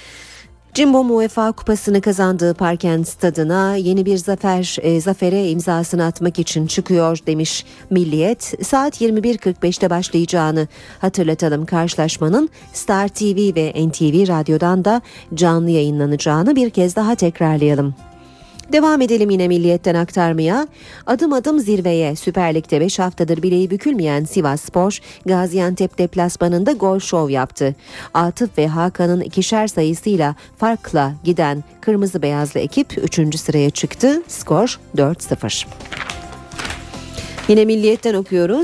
Cimbom UEFA Kupası'nı kazandığı Parken stadına yeni bir zafer e, zafere imzasını atmak için çıkıyor demiş Milliyet. Saat yirmi bir kırk beşte başlayacağını hatırlatalım. Karşılaşmanın Star T V ve N T V Radyo'dan da canlı yayınlanacağını bir kez daha tekrarlayalım. Devam edelim yine Milliyet'ten aktarmaya. Adım adım zirveye. Süper Lig'de beş haftadır bileği bükülmeyen Sivasspor, Gaziantep deplasmanında gol şov yaptı. Atıf ve Hakan'ın ikişer sayısıyla farkla giden kırmızı beyazlı ekip üçüncü sıraya çıktı. Skor dört sıfır. Yine Milliyet'ten okuyoruz.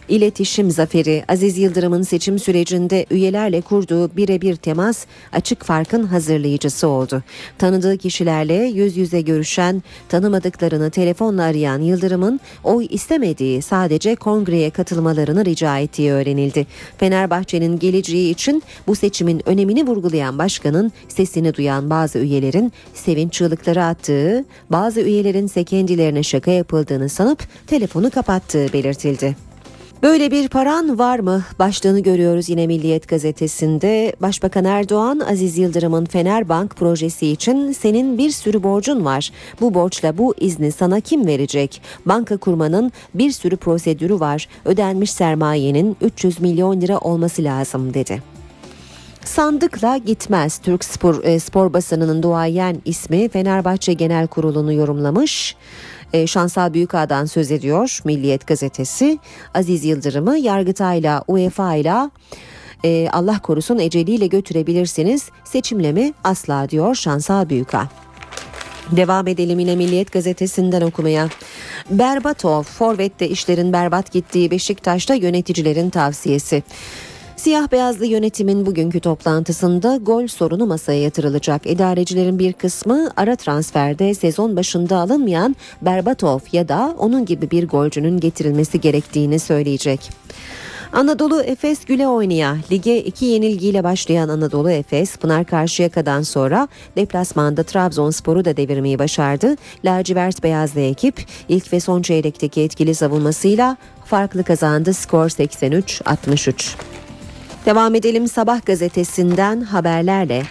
İletişim zaferi. Aziz Yıldırım'ın seçim sürecinde üyelerle kurduğu birebir temas açık farkın hazırlayıcısı oldu. Tanıdığı kişilerle yüz yüze görüşen, tanımadıklarını telefonla arayan Yıldırım'ın oy istemediği, sadece kongreye katılmalarını rica ettiği öğrenildi. Fenerbahçe'nin geleceği için bu seçimin önemini vurgulayan başkanın sesini duyan bazı üyelerin sevinç çığlıkları attığı, bazı üyelerin ise kendilerine şaka yapıldığını sanıp telefonu kapattığı belirtildi. Böyle bir paran var mı? Başlığını görüyoruz yine Milliyet gazetesinde. Başbakan Erdoğan, Aziz Yıldırım'ın Fenerbank projesi için senin bir sürü borcun var. Bu borçla bu izni sana kim verecek? Banka kurmanın bir sürü prosedürü var. Ödenmiş sermayenin üç yüz milyon lira olması lazım dedi. Sandıkla gitmez. Türk spor, e, spor basınının duayen ismi Fenerbahçe Genel Kurulu'nu yorumlamış. E, Şansal Büyükağa'dan söz ediyor Milliyet gazetesi. Aziz Yıldırım'ı Yargıtay'la, U E F A'yla e, Allah korusun eceliyle götürebilirsiniz. Seçimle mi? Asla diyor Şansal Büyükağa. Devam edelim yine Milliyet gazetesinden okumaya. Berbatov, forvette işlerin berbat gittiği Beşiktaş'ta yöneticilerin tavsiyesi. Siyah beyazlı yönetimin bugünkü toplantısında gol sorunu masaya yatırılacak. İdarecilerin bir kısmı ara transferde sezon başında alınmayan Berbatov ya da onun gibi bir golcünün getirilmesi gerektiğini söyleyecek. Anadolu Efes güle oynaya. Lige iki yenilgiyle başlayan Anadolu Efes, Pınar Karşıyaka'dan sonra deplasmanda Trabzonspor'u da devirmeyi başardı. Lacivert beyazlı ekip ilk ve son çeyrekteki etkili savunmasıyla farklı kazandı. Skor seksen üç altmış üç. Devam edelim Sabah gazetesinden haberlerle.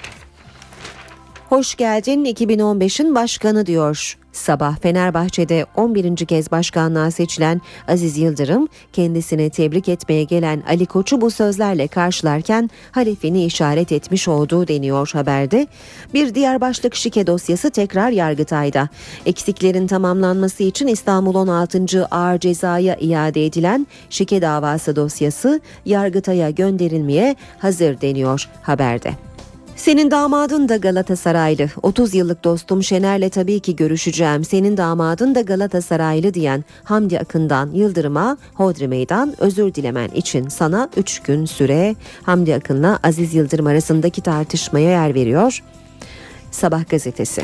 Hoş geldin iki bin on beşin başkanı diyor Sabah. Fenerbahçe'de on birinci kez başkanlığa seçilen Aziz Yıldırım kendisini tebrik etmeye gelen Ali Koç'u bu sözlerle karşılarken halefini işaret etmiş olduğu deniyor haberde. Bir diğer başlık şike dosyası tekrar Yargıtay'da. Eksiklerin tamamlanması için İstanbul on altıncı Ağır Ceza'ya iade edilen şike davası dosyası Yargıtay'a gönderilmeye hazır deniyor haberde. Senin damadın da Galatasaraylı. otuz yıllık dostum Şener'le tabii ki görüşeceğim. Senin damadın da Galatasaraylı diyen Hamdi Akın'dan Yıldırım'a hodri meydan özür dilemen için sana üç gün süre. Hamdi Akın'la Aziz Yıldırım arasındaki tartışmaya yer veriyor Sabah gazetesi.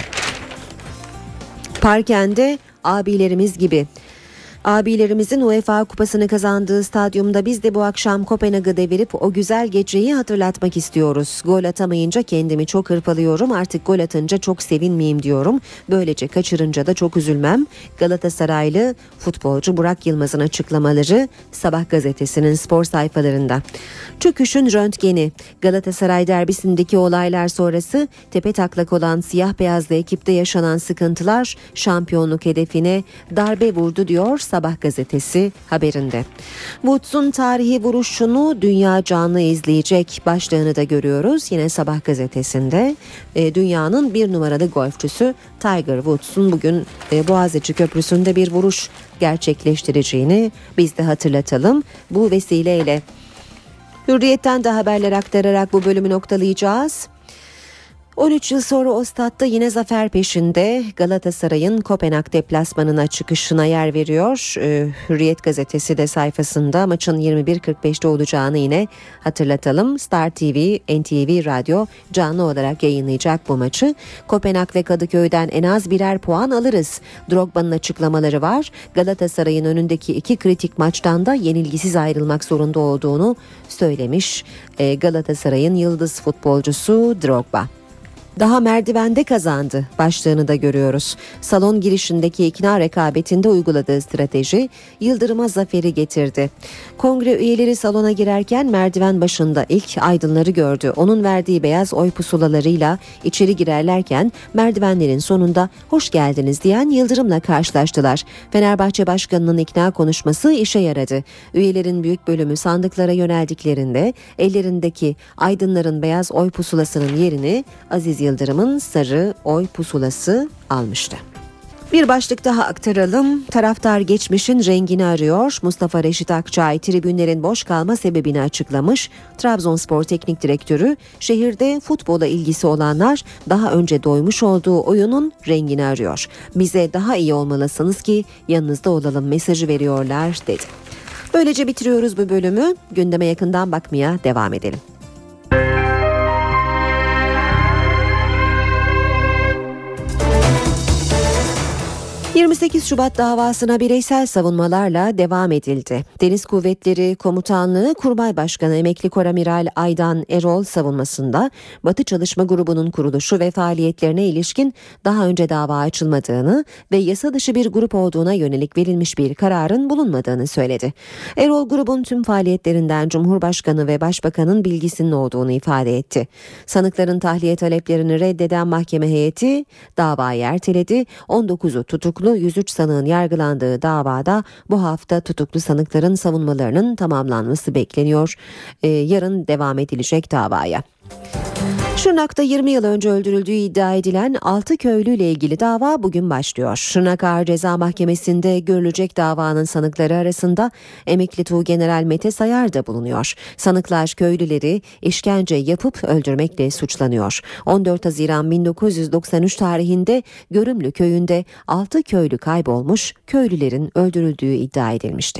Parken'de abilerimiz gibi. Abilerimizin U E F A kupasını kazandığı stadyumda biz de bu akşam Kopenhag'ı devirip o güzel geceyi hatırlatmak istiyoruz. Gol atamayınca kendimi çok hırpalıyorum. Artık gol atınca çok sevinmeyeyim diyorum. Böylece kaçırınca da çok üzülmem. Galatasaraylı futbolcu Burak Yılmaz'ın açıklamaları Sabah gazetesinin spor sayfalarında. Çöküşün röntgeni. Galatasaray derbisindeki olaylar sonrası tepetaklak olan siyah beyazlı ekipte yaşanan sıkıntılar şampiyonluk hedefine darbe vurdu diyor Sabah gazetesi haberinde. Woods'un tarihi vuruşunu dünya canlı izleyecek başlığını da görüyoruz. Yine Sabah gazetesinde e, dünyanın bir numaralı golfçüsü Tiger Woods'un bugün e, Boğaziçi Köprüsü'nde bir vuruş gerçekleştireceğini biz de hatırlatalım. Bu vesileyle Hürriyet'ten de haberler aktararak bu bölümü noktalayacağız. on üç yıl sonra o statta yine zafer peşinde. Galatasaray'ın Kopenhag deplasmanına çıkışına yer veriyor. Ee, Hürriyet gazetesi de sayfasında maçın yirmi bir kırk beşte olacağını yine hatırlatalım. Star T V, N T V Radyo canlı olarak yayınlayacak bu maçı. Kopenhag ve Kadıköy'den en az birer puan alırız. Drogba'nın açıklamaları var. Galatasaray'ın önündeki iki kritik maçtan da yenilgisiz ayrılmak zorunda olduğunu söylemiş ee, Galatasaray'ın yıldız futbolcusu Drogba. Daha merdivende kazandı başlığını da görüyoruz. Salon girişindeki ikna rekabetinde uyguladığı strateji Yıldırım'a zaferi getirdi. Kongre üyeleri salona girerken merdiven başında ilk aydınları gördü. Onun verdiği beyaz oy pusulalarıyla içeri girerlerken merdivenlerin sonunda hoş geldiniz diyen Yıldırım'la karşılaştılar. Fenerbahçe Başkanı'nın ikna konuşması işe yaradı. Üyelerin büyük bölümü sandıklara yöneldiklerinde ellerindeki aydınların beyaz oy pusulasının yerini Aziz Yıldırım'ın sarı oy pusulası almıştı. Bir başlık daha aktaralım. Taraftar geçmişin rengini arıyor. Mustafa Reşit Akçay tribünlerin boş kalma sebebini açıklamış. Trabzonspor Teknik Direktörü şehirde futbola ilgisi olanlar daha önce doymuş olduğu oyunun rengini arıyor. Bize daha iyi olmalısınız ki yanınızda olalım mesajı veriyorlar dedi. Böylece bitiriyoruz bu bölümü. Gündeme yakından bakmaya devam edelim. yirmi sekiz Şubat davasına bireysel savunmalarla devam edildi. Deniz Kuvvetleri Komutanlığı Kurmay Başkanı Emekli Koramiral Aydan Erol savunmasında Batı Çalışma Grubu'nun kuruluşu ve faaliyetlerine ilişkin daha önce dava açılmadığını ve yasa dışı bir grup olduğuna yönelik verilmiş bir kararın bulunmadığını söyledi. Erol grubun tüm faaliyetlerinden Cumhurbaşkanı ve Başbakanın bilgisinin olduğunu ifade etti. Sanıkların tahliye taleplerini reddeden mahkeme heyeti davayı erteledi. on dokuzu tutuklu yüz üç sanığın yargılandığı davada bu hafta tutuklu sanıkların savunmalarının tamamlanması bekleniyor. Ee, yarın devam edilecek davaya. Şırnak'ta yirmi yıl önce öldürüldüğü iddia edilen altı köylüyle ilgili dava bugün başlıyor. Şırnak Ağır Ceza Mahkemesi'nde görülecek davanın sanıkları arasında emekli Tuğgeneral Mete Sayar da bulunuyor. Sanıklar köylüleri işkence yapıp öldürmekle suçlanıyor. on dört Haziran bin dokuz yüz doksan üç tarihinde Görümlü köyünde altı köylü kaybolmuş, köylülerin öldürüldüğü iddia edilmişti.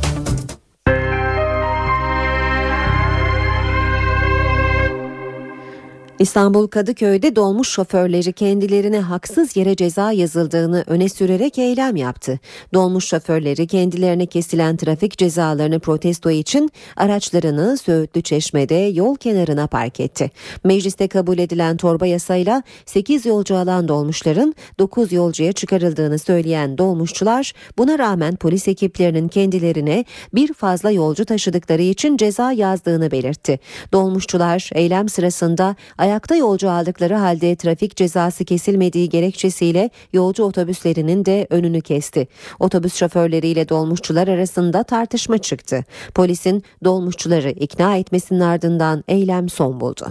İstanbul Kadıköy'de dolmuş şoförleri kendilerine haksız yere ceza yazıldığını öne sürerek eylem yaptı. Dolmuş şoförleri kendilerine kesilen trafik cezalarını protesto için araçlarını Söğütlü Çeşme'de yol kenarına park etti. Mecliste kabul edilen torba yasayla sekiz yolcu alan dolmuşların dokuz yolcuya çıkarıldığını söyleyen dolmuşçular, buna rağmen polis ekiplerinin kendilerine bir fazla yolcu taşıdıkları için ceza yazdığını belirtti. Dolmuşçular eylem sırasında ayakta yolcu aldıkları halde trafik cezası kesilmediği gerekçesiyle yolcu otobüslerinin de önünü kesti. Otobüs şoförleriyle dolmuşçular arasında tartışma çıktı. Polisin dolmuşçuları ikna etmesinin ardından eylem son buldu.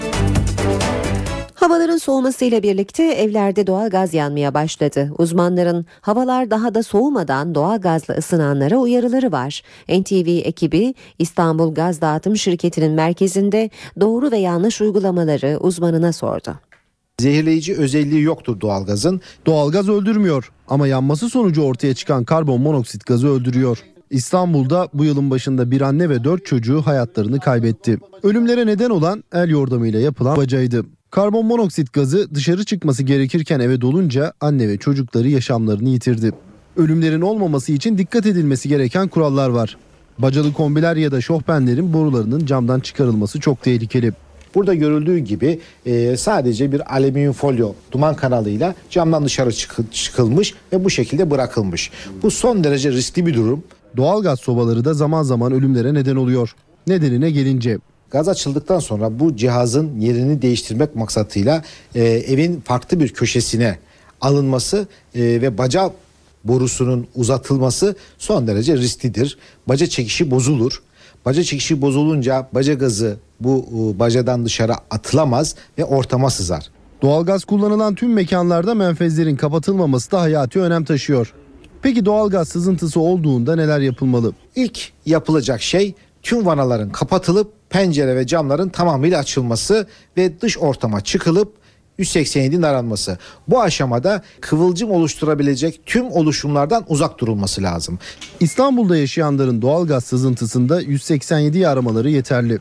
Havaların soğumasıyla birlikte evlerde doğal gaz yanmaya başladı. Uzmanların havalar daha da soğumadan doğal gazla ısınanlara uyarıları var. N T V ekibi İstanbul Gaz Dağıtım Şirketi'nin merkezinde doğru ve yanlış uygulamaları uzmanına sordu. Zehirleyici özelliği yoktur doğalgazın. Doğalgaz öldürmüyor ama yanması sonucu ortaya çıkan karbon monoksit gazı öldürüyor. İstanbul'da bu yılın başında bir anne ve dört çocuğu hayatlarını kaybetti. Ölümlere neden olan el yordamıyla yapılan bacaydı. Karbon monoksit gazı dışarı çıkması gerekirken eve dolunca anne ve çocukları yaşamlarını yitirdi. Ölümlerin olmaması için dikkat edilmesi gereken kurallar var. Bacalı kombiler ya da şofbenlerin borularının camdan çıkarılması çok tehlikeli. Burada görüldüğü gibi e, sadece bir alüminyum folyo duman kanalıyla camdan dışarı çık- çıkılmış ve bu şekilde bırakılmış. Bu son derece riskli bir durum. Doğalgaz sobaları da zaman zaman ölümlere neden oluyor. Nedenine gelince, gaz açıldıktan sonra bu cihazın yerini değiştirmek maksatıyla e, evin farklı bir köşesine alınması e, ve baca borusunun uzatılması son derece risklidir. Baca çekişi bozulur. Baca çekişi bozulunca baca gazı bu e, bacadan dışarı atılamaz ve ortama sızar. Doğalgaz kullanılan tüm mekanlarda menfezlerin kapatılmaması da hayati önem taşıyor. Peki doğalgaz sızıntısı olduğunda neler yapılmalı? İlk yapılacak şey tüm vanaların kapatılıp pencere ve camların tamamıyla açılması ve dış ortama çıkılıp yüz seksen yedi'nin aranması. Bu aşamada kıvılcım oluşturabilecek tüm oluşumlardan uzak durulması lazım. İstanbul'da yaşayanların doğalgaz sızıntısında yüz seksen yedi'yi aramaları yeterli.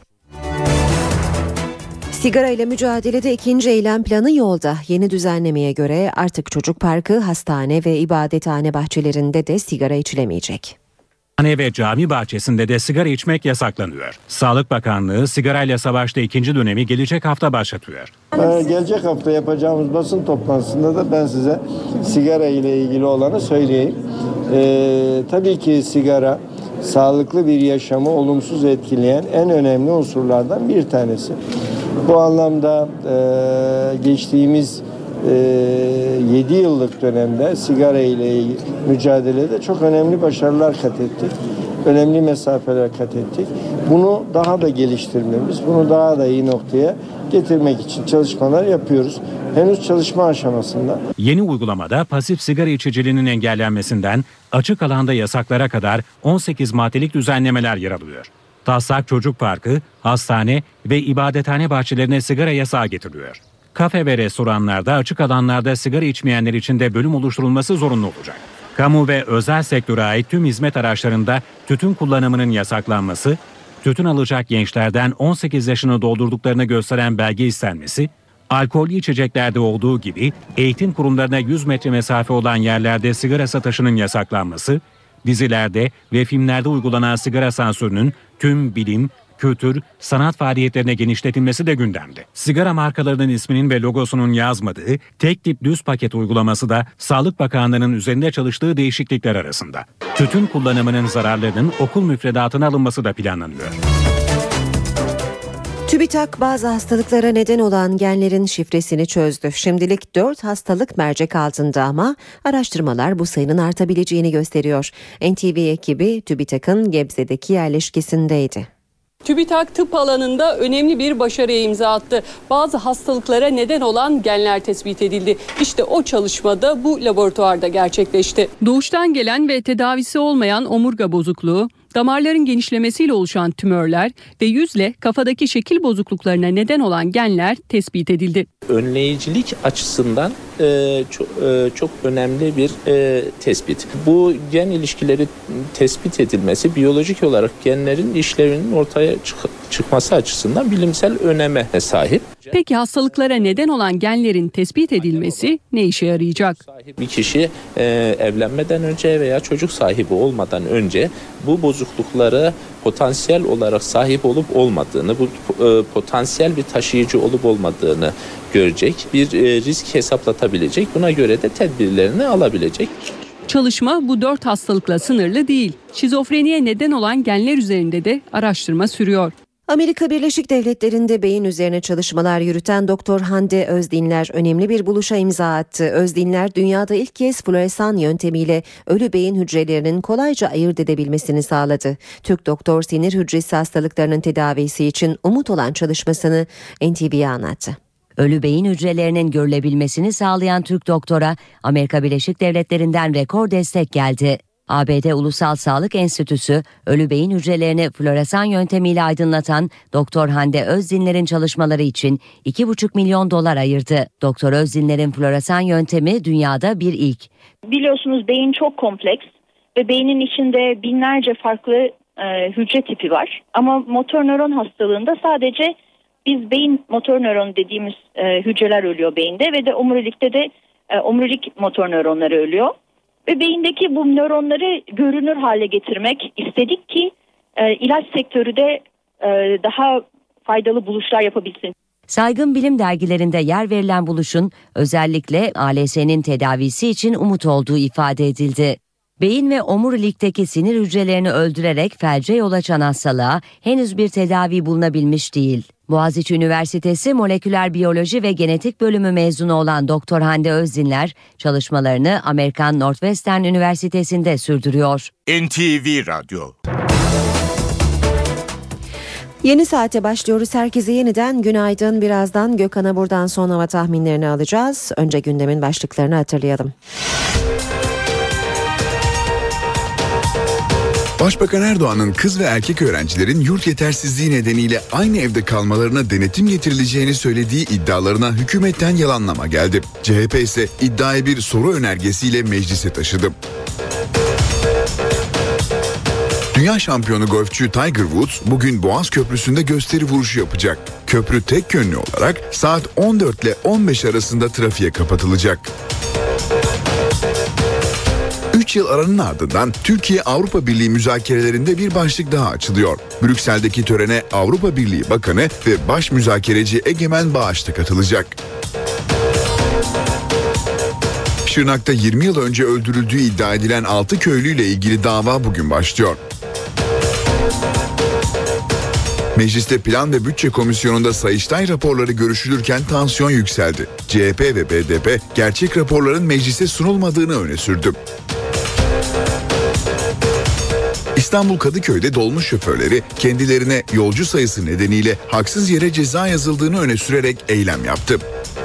Sigara ile mücadelede ikinci eylem planı yolda. Yeni düzenlemeye göre artık çocuk parkı, hastane ve ibadethane bahçelerinde de sigara içilemeyecek. Hane ve cami bahçesinde de sigara içmek yasaklanıyor. Sağlık Bakanlığı sigarayla savaşta ikinci dönemi gelecek hafta başlatıyor. Ee, gelecek hafta yapacağımız basın toplantısında da ben size sigara ile ilgili olanı söyleyeyim. Ee, tabii ki sigara sağlıklı bir yaşamı olumsuz etkileyen en önemli unsurlardan bir tanesi. Bu anlamda e, geçtiğimiz yedi yıllık dönemde sigara ile mücadelede çok önemli başarılar kat ettik. Önemli mesafeler kat ettik. Bunu daha da geliştirmemiz, bunu daha da iyi noktaya getirmek için çalışmalar yapıyoruz. Henüz çalışma aşamasında. Yeni uygulamada pasif sigara içiciliğinin engellenmesinden açık alanda yasaklara kadar on sekiz maddelik düzenlemeler yer alıyor. Taslak çocuk parkı, hastane ve ibadethane bahçelerine sigara yasağı getiriliyor. Kafe ve restoranlarda açık alanlarda sigara içmeyenler için de bölüm oluşturulması zorunlu olacak. kamu ve özel sektöre ait tüm hizmet araçlarında tütün kullanımının yasaklanması, tütün alacak gençlerden on sekiz yaşını doldurduklarını gösteren belge istenmesi, alkollü içeceklerde olduğu gibi eğitim kurumlarına yüz metre mesafe olan yerlerde sigara satışının yasaklanması, dizilerde ve filmlerde uygulanan sigara sansürünün tüm bilim, kültür, sanat faaliyetlerine genişletilmesi de gündemde. Sigara markalarının isminin ve logosunun yazmadığı tek tip düz paket uygulaması da Sağlık Bakanlığı'nın üzerinde çalıştığı değişiklikler arasında. Tütün kullanımının zararlarının okul müfredatına alınması da planlanıyor. TÜBİTAK bazı hastalıklara neden olan genlerin şifresini çözdü. Şimdilik dört hastalık mercek altında ama araştırmalar bu sayının artabileceğini gösteriyor. N T V ekibi TÜBİTAK'ın Gebze'deki yerleşkesindeydi. TÜBİTAK tıp alanında önemli bir başarıya imza attı. Bazı hastalıklara neden olan genler tespit edildi. İşte o çalışmada bu laboratuvarda gerçekleşti. Doğuştan gelen ve tedavisi olmayan omurga bozukluğu, damarların genişlemesiyle oluşan tümörler ve yüzle kafadaki şekil bozukluklarına neden olan genler tespit edildi. Önleyicilik açısından e, çok, e, çok önemli bir e, tespit. Bu gen ilişkileri tespit edilmesi biyolojik olarak genlerin işlevinin ortaya çık- çıkması açısından bilimsel öneme sahip. Peki hastalıklara neden olan genlerin tespit edilmesi ne işe yarayacak? Bir kişi e, evlenmeden önce veya çocuk sahibi olmadan önce bu bozukluklara potansiyel olarak sahip olup olmadığını, bu e, potansiyel bir taşıyıcı olup olmadığını görecek, bir e, risk hesaplatabilecek, buna göre de tedbirlerini alabilecek. Çalışma bu dört hastalıkla sınırlı değil. Şizofreniye neden olan genler üzerinde de araştırma sürüyor. Amerika Birleşik Devletleri'nde beyin üzerine çalışmalar yürüten Doktor Hande Özdinler önemli bir buluşa imza attı. Özdinler dünyada ilk kez floresan yöntemiyle ölü beyin hücrelerinin kolayca ayırt edebilmesini sağladı. Türk doktor sinir hücresi hastalıklarının tedavisi için umut olan çalışmasını N T V'ye anlattı. Ölü beyin hücrelerinin görülebilmesini sağlayan Türk doktora Amerika Birleşik Devletleri'nden rekor destek geldi. A B D Ulusal Sağlık Enstitüsü, ölü beyin hücrelerini floresan yöntemiyle aydınlatan Doktor Hande Özdinler'in çalışmaları için iki buçuk milyon dolar ayırdı. Doktor Özdinler'in floresan yöntemi dünyada bir ilk. Biliyorsunuz beyin çok kompleks ve beynin içinde binlerce farklı e, hücre tipi var. Ama motor nöron hastalığında sadece biz beyin motor nöron dediğimiz e, hücreler ölüyor beyinde ve de omurilikte de e, omurilik motor nöronları ölüyor. Ve beyindeki bu nöronları görünür hale getirmek istedik ki e, ilaç sektörü de e, daha faydalı buluşlar yapabilsin. Saygın bilim dergilerinde yer verilen buluşun özellikle A L S'nin tedavisi için umut olduğu ifade edildi. Beyin ve omurilikteki sinir hücrelerini öldürerek felce yol açan hastalığa henüz bir tedavi bulunabilmiş değil. Boğaziçi Üniversitesi Moleküler Biyoloji ve Genetik Bölümü mezunu olan Doktor Hande Özdinler çalışmalarını Amerikan Northwestern Üniversitesi'nde sürdürüyor. N T V Radyo. Yeni saate başlıyoruz. Herkese yeniden günaydın. Birazdan Gökhan'a buradan son hava tahminlerini alacağız. Önce gündemin başlıklarını hatırlayalım. Başbakan Erdoğan'ın kız ve erkek öğrencilerin yurt yetersizliği nedeniyle aynı evde kalmalarına denetim getirileceğini söylediği iddialarına hükümetten yalanlama geldi. C H P ise iddiayı bir soru önergesiyle meclise taşıdı. Dünya şampiyonu golfçü Tiger Woods bugün Boğaz Köprüsü'nde gösteri vuruşu yapacak. Köprü tek yönlü olarak saat on dört ile on beş arasında trafiğe kapatılacak. üç yıl aranın ardından Türkiye-Avrupa Birliği müzakerelerinde bir başlık daha açılıyor. Brüksel'deki törene Avrupa Birliği Bakanı ve baş müzakereci Egemen Bağış da katılacak. Şırnak'ta yirmi yıl önce öldürüldüğü iddia edilen altı köylüyle ilgili dava bugün başlıyor. Mecliste Plan ve Bütçe Komisyonu'nda Sayıştay raporları görüşülürken tansiyon yükseldi. C H P ve B D P gerçek raporların meclise sunulmadığını öne sürdü. İstanbul Kadıköy'de dolmuş şoförleri kendilerine yolcu sayısı nedeniyle haksız yere ceza yazıldığını öne sürerek eylem yaptı.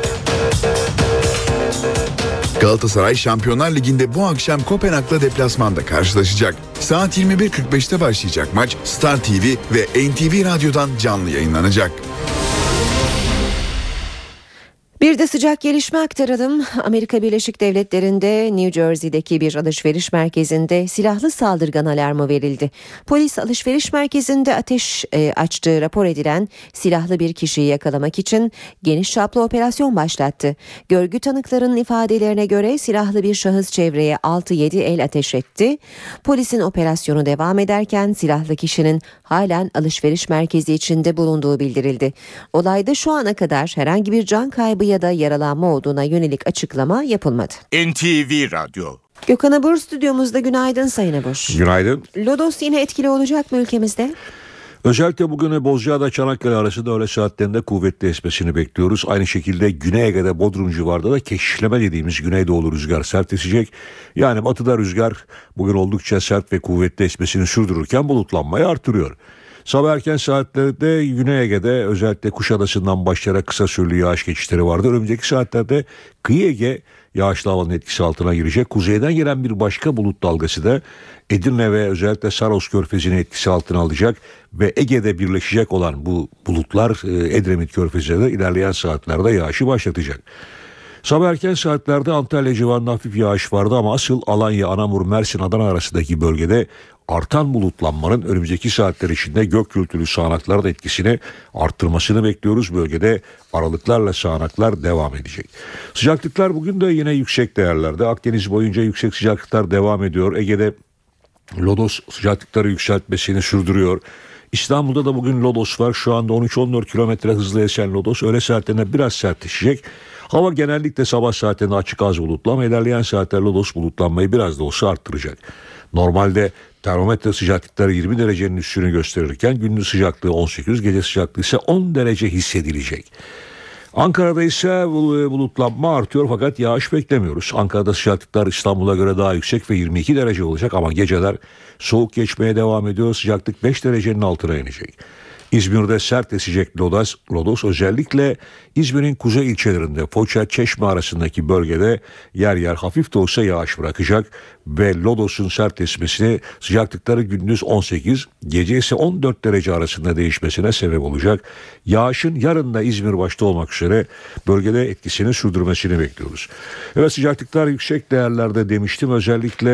Galatasaray Şampiyonlar Ligi'nde bu akşam Kopenhag'la deplasmanda karşılaşacak. Saat yirmi bir kırk beşte başlayacak maç Star T V ve N T V Radyo'dan canlı yayınlanacak. Bir de sıcak gelişme aktaralım. Amerika Birleşik Devletleri'nde New Jersey'deki bir alışveriş merkezinde silahlı saldırgan alarmı verildi. Polis alışveriş merkezinde ateş e, açtığı rapor edilen silahlı bir kişiyi yakalamak için geniş çaplı operasyon başlattı. Görgü tanıklarının ifadelerine göre silahlı bir şahıs çevreye altı yedi el ateş etti. Polisin operasyonu devam ederken silahlı kişinin halen alışveriş merkezi içinde bulunduğu bildirildi. Olayda şu ana kadar herhangi bir can kaybı ya da yaralanma olduğuna yönelik açıklama yapılmadı. N T V Radyo. Gökhan Abur stüdyomuzda. Günaydın Sayın Abur. Günaydın. Lodos yine etkili olacak mı ülkemizde? Özellikle bugün Bozcaada Çanakkale arasında öğle saatlerinde kuvvetli esmesini bekliyoruz. Aynı şekilde Güney Ege'de Bodrum civarında da keşişleme dediğimiz güneydoğulu rüzgar sert esecek. Yani batıda rüzgar bugün oldukça sert ve kuvvetli esmesini sürdürürken bulutlanmayı artırıyor. Sabah erken saatlerde Güney Ege'de özellikle Kuşadası'ndan başlayarak kısa süreli yağış geçişleri vardı. Önümüzdeki saatlerde kıyı Ege yağışlı havanın etkisi altına girecek. Kuzeyden gelen bir başka bulut dalgası da Edirne ve özellikle Saros Körfezi'nin etkisi altına alacak ve Ege'de birleşecek olan bu bulutlar Edremit Körfezi'ne de ilerleyen saatlerde yağışı başlatacak. Sabah erken saatlerde Antalya civarında hafif yağış vardı ama asıl Alanya, Anamur, Mersin, Adana arasındaki bölgede artan bulutlanmanın önümüzdeki saatler içinde gök gürültülü sağanakların etkisini arttırmasını bekliyoruz. Bölgede aralıklarla sağanaklar devam edecek. Sıcaklıklar bugün de yine yüksek değerlerde. Akdeniz boyunca yüksek sıcaklıklar devam ediyor. Ege'de lodos sıcaklıkları yükseltmesini sürdürüyor. İstanbul'da da bugün lodos var. Şu anda on üç on dört kilometre hızla esen lodos öğle saatlerinde biraz sertleşecek. Hava genellikle sabah saatlerinde açık az bulutlu ama ilerleyen saatler lodos bulutlanmayı biraz da olsa arttıracak. Normalde termometre sıcaklıkları yirmi derecenin üstünü gösterirken gündüz sıcaklığı on sekiz, gece sıcaklığı ise on derece hissedilecek. Ankara'da ise bulutlanma artıyor fakat yağış beklemiyoruz. Ankara'da sıcaklıklar İstanbul'a göre daha yüksek ve yirmi iki derece olacak ama geceler soğuk geçmeye devam ediyor. Sıcaklık beş derecenin altına inecek. İzmir'de sert esecek lodos, lodos özellikle İzmir'in kuzey ilçelerinde Foça, Çeşme arasındaki bölgede yer yer hafif de olsa yağış bırakacak ve lodosun sert esmesi sıcaklıkları gündüz on sekiz, gece ise on dört derece arasında değişmesine sebep olacak. Yağışın yarın da İzmir başta olmak üzere bölgede etkisini sürdürmesini bekliyoruz. Evet, sıcaklıklar yüksek değerlerde demiştim. Özellikle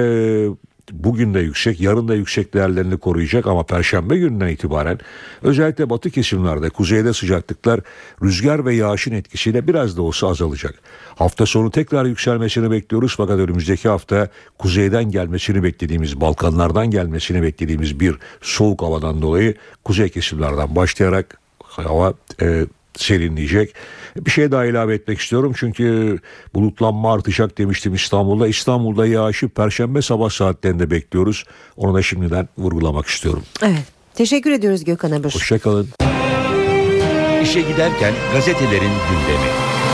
bugün de yüksek, yarın da yüksek değerlerini koruyacak ama Perşembe gününden itibaren özellikle batı kesimlerde kuzeyde sıcaklıklar rüzgar ve yağışın etkisiyle biraz da olsa azalacak. Hafta sonu tekrar yükselmesini bekliyoruz fakat önümüzdeki hafta kuzeyden gelmesini beklediğimiz, Balkanlardan gelmesini beklediğimiz bir soğuk havadan dolayı kuzey kesimlerden başlayarak hava e, serinleyecek. Bir şey daha ilave etmek istiyorum çünkü bulutlanma artacak demiştim İstanbul'da. İstanbul'da yağışı Perşembe sabah saatlerinde bekliyoruz. Onu da şimdiden vurgulamak istiyorum. Evet. Teşekkür ediyoruz Gökhan Abur. Hoşçakalın. İşe giderken gazetelerin gündemi.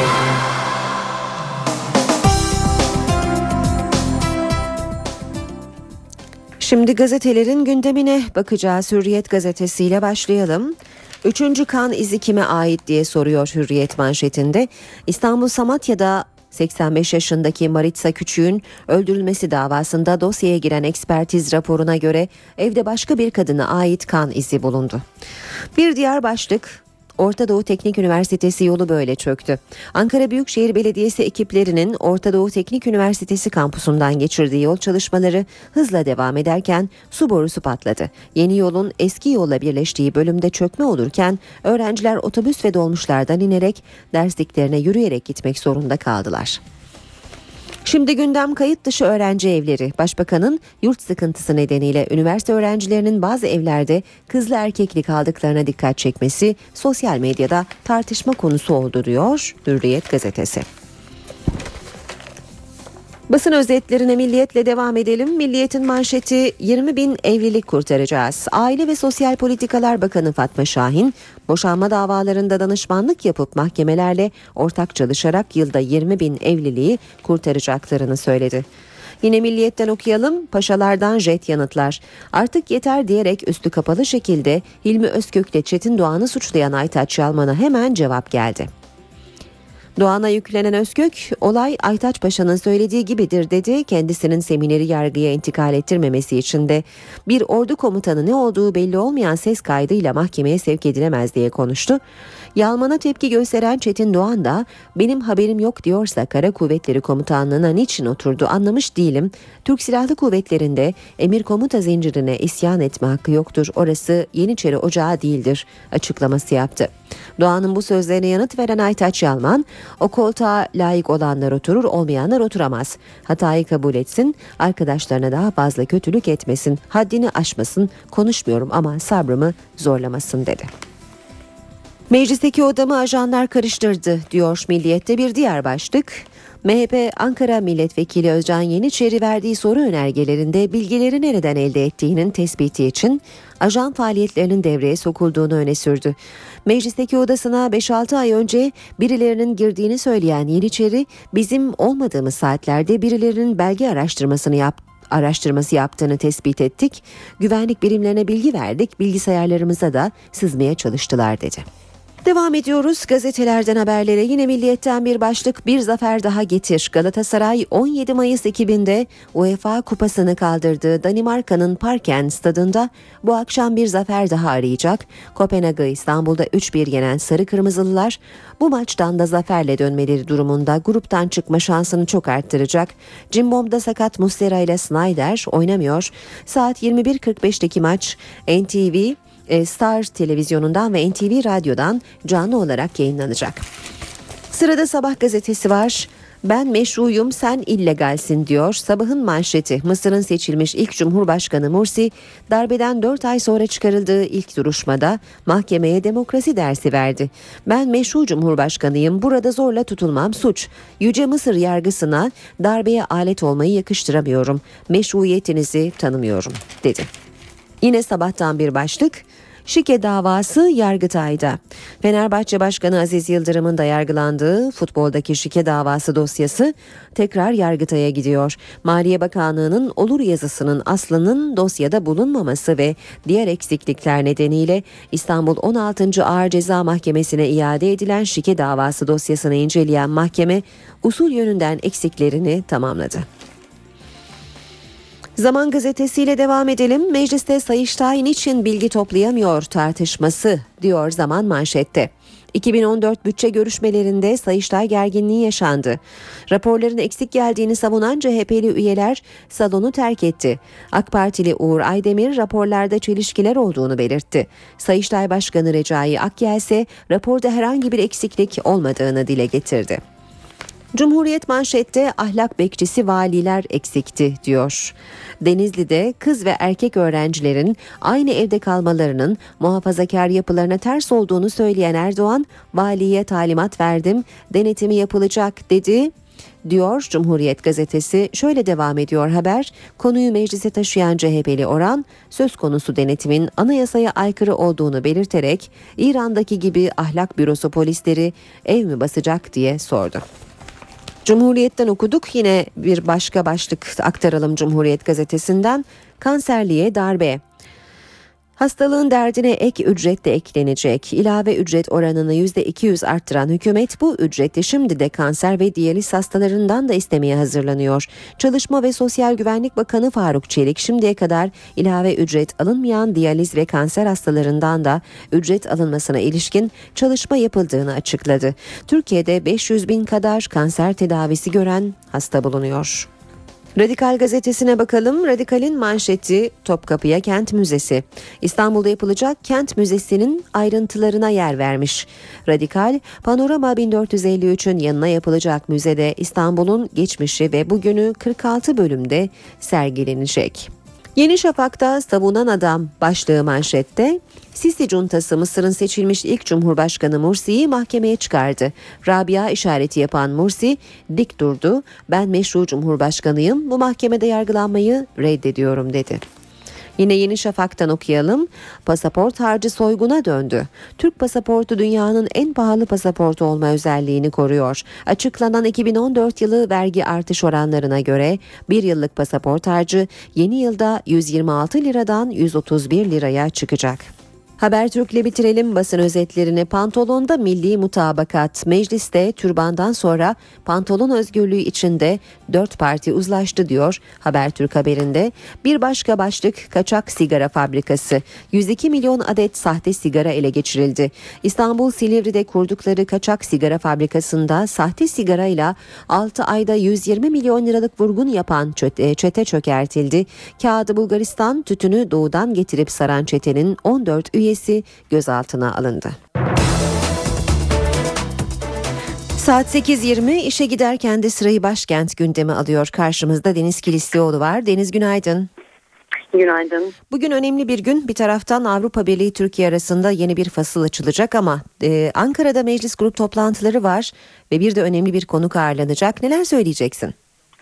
Şimdi gazetelerin gündemine bakacağız. Hürriyet gazetesiyle başlayalım. Üçüncü kan izi kime ait diye soruyor Hürriyet manşetinde. İstanbul Samatya'da seksen beş yaşındaki Maritza Küçük'ün öldürülmesi davasında dosyaya giren ekspertiz raporuna göre evde başka bir kadına ait kan izi bulundu. Bir diğer başlık, Orta Doğu Teknik Üniversitesi yolu böyle çöktü. Ankara Büyükşehir Belediyesi ekiplerinin Orta Doğu Teknik Üniversitesi kampusundan geçirdiği yol çalışmaları hızla devam ederken su borusu patladı. Yeni yolun eski yolla birleştiği bölümde çökme olurken öğrenciler otobüs ve dolmuşlardan inerek dersliklerine yürüyerek gitmek zorunda kaldılar. Şimdi gündem kayıt dışı öğrenci evleri. Başbakanın yurt sıkıntısı nedeniyle üniversite öğrencilerinin bazı evlerde kızlı erkekli kaldıklarına dikkat çekmesi sosyal medyada tartışma konusu oldu diyor Hürriyet gazetesi. Basın özetlerine Milliyet'le devam edelim. Milliyet'in manşeti yirmi bin evlilik kurtaracağız. Aile ve Sosyal Politikalar Bakanı Fatma Şahin, boşanma davalarında danışmanlık yapıp mahkemelerle ortak çalışarak yılda yirmi bin evliliği kurtaracaklarını söyledi. Yine Milliyet'ten okuyalım. Paşalardan jet yanıtlar. Artık yeter diyerek üstü kapalı şekilde Hilmi Özkök'le Çetin Doğan'ı suçlayan Aytaç Yalman'a hemen cevap geldi. Doğan'a yüklenen Özkök, olay Aytaç Paşa'nın söylediği gibidir dedi. Kendisinin semineri yargıya intikal ettirmemesi için de bir ordu komutanı ne olduğu belli olmayan ses kaydıyla mahkemeye sevk edilemez diye konuştu. Yalman'a tepki gösteren Çetin Doğan da benim haberim yok diyorsa Kara Kuvvetleri Komutanlığı'na niçin oturdu anlamış değilim. Türk Silahlı Kuvvetleri'nde emir komuta zincirine isyan etme hakkı yoktur. Orası Yeniçeri Ocağı değildir açıklaması yaptı. Doğan'ın bu sözlerine yanıt veren Aytaç Yalman, o koltuğa layık olanlar oturur, olmayanlar oturamaz. Hatayı kabul etsin, arkadaşlarına daha fazla kötülük etmesin, haddini aşmasın, konuşmuyorum ama sabrımı zorlamasın dedi. Meclisteki odamı ajanlar karıştırdı diyor Milliyet'te bir diğer başlık. M H P Ankara Milletvekili Özcan Yeniçeri verdiği soru önergelerinde bilgileri nereden elde ettiğinin tespiti için ajan faaliyetlerinin devreye sokulduğunu öne sürdü. Meclisteki odasına beş altı ay önce birilerinin girdiğini söyleyen Yeniçeri, bizim olmadığımız saatlerde birilerinin belge araştırmasını yaptı. araştırması yaptığını tespit ettik. Güvenlik birimlerine bilgi verdik. Bilgisayarlarımıza da sızmaya çalıştılar dedi. Devam ediyoruz gazetelerden haberlere. Yine Milliyet'ten bir başlık, bir zafer daha getir. Galatasaray on yedi Mayıs ekibinde UEFA Kupası'nı kaldırdığı Danimarka'nın Parken stadında bu akşam bir zafer daha arayacak. Kopenhag'ı İstanbul'da üç bir yenen Sarı Kırmızılılar bu maçtan da zaferle dönmeleri durumunda gruptan çıkma şansını çok arttıracak. Cimbom'da sakat Muslera ile Sneijder oynamıyor. Saat yirmi bir kırk beşteki maç N T V Star televizyonundan ve N T V radyodan canlı olarak yayınlanacak. Sırada Sabah gazetesi var. Ben meşruyum, sen illegalsin diyor. Sabahın manşeti. Mısır'ın seçilmiş ilk Cumhurbaşkanı Mursi, darbeden dört ay sonra çıkarıldığı ilk duruşmada mahkemeye demokrasi dersi verdi. Ben meşru Cumhurbaşkanıyım, burada zorla tutulmam suç. Yüce Mısır yargısına darbeye alet olmayı yakıştıramıyorum. Meşruiyetinizi tanımıyorum dedi. Yine Sabah'tan bir başlık. Şike davası Yargıtay'da. Fenerbahçe Başkanı Aziz Yıldırım'ın da yargılandığı futboldaki şike davası dosyası tekrar Yargıtay'a gidiyor. Maliye Bakanlığı'nın olur yazısının aslının dosyada bulunmaması ve diğer eksiklikler nedeniyle İstanbul on altıncı Ağır Ceza Mahkemesi'ne iade edilen şike davası dosyasını inceleyen mahkeme usul yönünden eksiklerini tamamladı. Zaman gazetesiyle devam edelim. Mecliste Sayıştay niçin bilgi toplayamıyor tartışması diyor Zaman manşette. iki bin on dört bütçe görüşmelerinde Sayıştay gerginliği yaşandı. Raporların eksik geldiğini savunan C H P'li üyeler salonu terk etti. AK Partili Uğur Aydemir raporlarda çelişkiler olduğunu belirtti. Sayıştay Başkanı Recai Akyel ise raporda herhangi bir eksiklik olmadığını dile getirdi. Cumhuriyet manşette ahlak bekçisi valiler eksikti diyor. Denizli'de kız ve erkek öğrencilerin aynı evde kalmalarının muhafazakar yapılarına ters olduğunu söyleyen Erdoğan, valiye talimat verdim, denetimi yapılacak dedi. Diyor Cumhuriyet gazetesi. Şöyle devam ediyor haber. Konuyu meclise taşıyan C H P'li Orhan, söz konusu denetimin anayasaya aykırı olduğunu belirterek İran'daki gibi ahlak bürosu polisleri ev mi basacak diye sordu. Cumhuriyet'ten okuduk, yine bir başka başlık aktaralım Cumhuriyet gazetesinden. Kanserliğe darbe. Hastalığın derdine ek ücret de eklenecek. İlave ücret oranını yüzde iki yüz arttıran hükümet bu ücreti şimdi de kanser ve diyaliz hastalarından da istemeye hazırlanıyor. Çalışma ve Sosyal Güvenlik Bakanı Faruk Çelik şimdiye kadar ilave ücret alınmayan diyaliz ve kanser hastalarından da ücret alınmasına ilişkin çalışma yapıldığını açıkladı. Türkiye'de beş yüz bin kadar kanser tedavisi gören hasta bulunuyor. Radikal gazetesine bakalım. Radikal'in manşeti Topkapı'ya Kent Müzesi. İstanbul'da yapılacak Kent Müzesi'nin ayrıntılarına yer vermiş. Radikal, Panorama bin dört yüz elli üçün yanına yapılacak müzede İstanbul'un geçmişi ve bugünü kırk altı bölümde sergilenecek. Yeni Şafak'ta savunan adam başlığı manşette. Sisi cuntası Mısır'ın seçilmiş ilk Cumhurbaşkanı Mursi'yi mahkemeye çıkardı. Rabia işareti yapan Mursi dik durdu. Ben meşru Cumhurbaşkanıyım, bu mahkemede yargılanmayı reddediyorum dedi. Yine Yeni Şafak'tan okuyalım. Pasaport harcı soyguna döndü. Türk pasaportu dünyanın en pahalı pasaportu olma özelliğini koruyor. Açıklanan iki bin on dört yılı vergi artış oranlarına göre bir yıllık pasaport harcı yeni yılda yüz yirmi altı liradan yüz otuz bir liraya çıkacak. Habertürk'le bitirelim basın özetlerini. Pantolonda milli mutabakat. Mecliste türbandan sonra pantolon özgürlüğü içinde dört parti uzlaştı diyor Habertürk haberinde. Bir başka başlık kaçak sigara fabrikası. yüz iki milyon adet sahte sigara ele geçirildi. İstanbul Silivri'de kurdukları kaçak sigara fabrikasında sahte sigarayla altı ayda yüz yirmi milyon liralık vurgun yapan çete, çete çökertildi. Kağıdı Bulgaristan, tütünü doğudan getirip saran çetenin on dört üyesi gözaltına alındı. Saat sekiz yirmi, işe giderken de sırayı başkent gündemi alıyor. Karşımızda Deniz Kilislioğlu var. Deniz, günaydın. Günaydın. Bugün önemli bir gün. Bir taraftan Avrupa Birliği Türkiye arasında yeni bir fasıl açılacak ama e, Ankara'da meclis grup toplantıları var ve bir de önemli bir konuk ağırlanacak. Neler söyleyeceksin?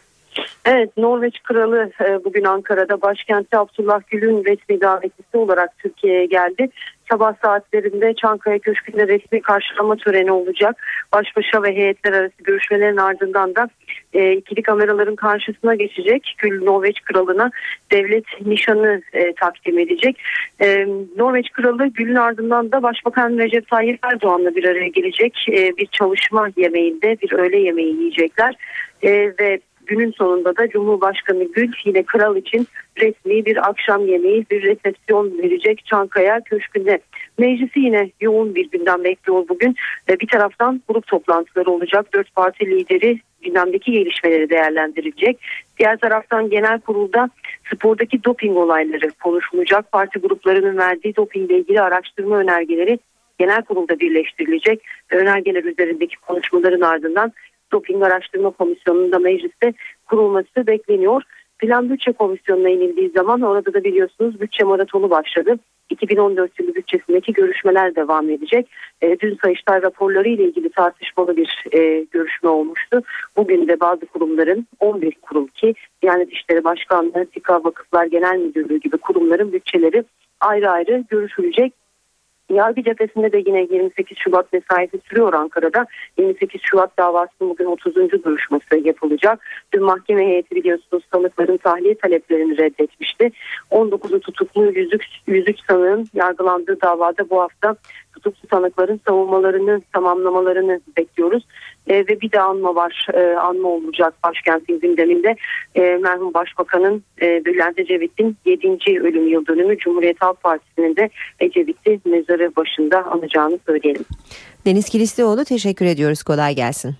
Evet, Norveç Kralı e, bugün Ankara'da başkenti Abdullah Gül'ün resmi davetlisi olarak Türkiye'ye geldi. Sabah saatlerinde Çankaya Köşkü'nde resmi karşılama töreni olacak. Baş başa ve heyetler arası görüşmelerin ardından da e, ikili kameraların karşısına geçecek. Gül Norveç Kralı'na devlet nişanı e, takdim edecek. E, Norveç Kralı Gül'ün ardından da Başbakan Recep Tayyip Erdoğan'la bir araya gelecek. E, bir çalışma yemeğinde bir öğle yemeği yiyecekler e, ve günün sonunda da Cumhurbaşkanı Gül yine kral için resmi bir akşam yemeği, bir resepsiyon verecek Çankaya Köşkü'nde. Meclisi yine yoğun bir gündem bekliyor bugün. Bir taraftan grup toplantıları olacak. Dört parti lideri gündemdeki gelişmeleri değerlendirecek. Diğer taraftan genel kurulda spordaki doping olayları konuşulacak. Parti gruplarının verdiği dopingle ilgili araştırma önergeleri genel kurulda birleştirilecek. Önergeler üzerindeki konuşmaların ardından Doping Araştırma Komisyonu'nun da mecliste kurulması bekleniyor. Plan Bütçe Komisyonu'na inildiği zaman orada da biliyorsunuz bütçe maratonu başladı. iki bin on dört yılı bütçesindeki görüşmeler devam edecek. E, dün Sayıştay raporları ile ilgili tartışmalı bir e, görüşme olmuştu. Bugün de bazı kurumların on bir kurum ki Diyanet İşleri Başkanlığı, SİKA, Vakıflar Genel Müdürlüğü gibi kurumların bütçeleri ayrı ayrı görüşülecek. Yargı cephesinde de yine yirmi sekiz Şubat mesaisi sürüyor Ankara'da. yirmi sekiz Şubat davasının bugün otuzuncu duruşması yapılacak. Dün mahkeme heyeti biliyorsunuz sanıkların tahliye taleplerini reddetmişti. on dokuzu tutuklu yüzük, yüzük sanığın yargılandığı davada bu hafta tutuklu sanıkların savunmalarını tamamlamalarını bekliyoruz. E, ve bir de anma var. E, anma olacak başkentin gündeminde. E, merhum Başbakanın e, Bülent Ecevit'in yedinci ölüm yıl dönümü, Cumhuriyet Halk Partisi'nin de Ecevit'i mezarı başında anacağını söyleyelim. Deniz Kilislioğlu, teşekkür ediyoruz. Kolay gelsin.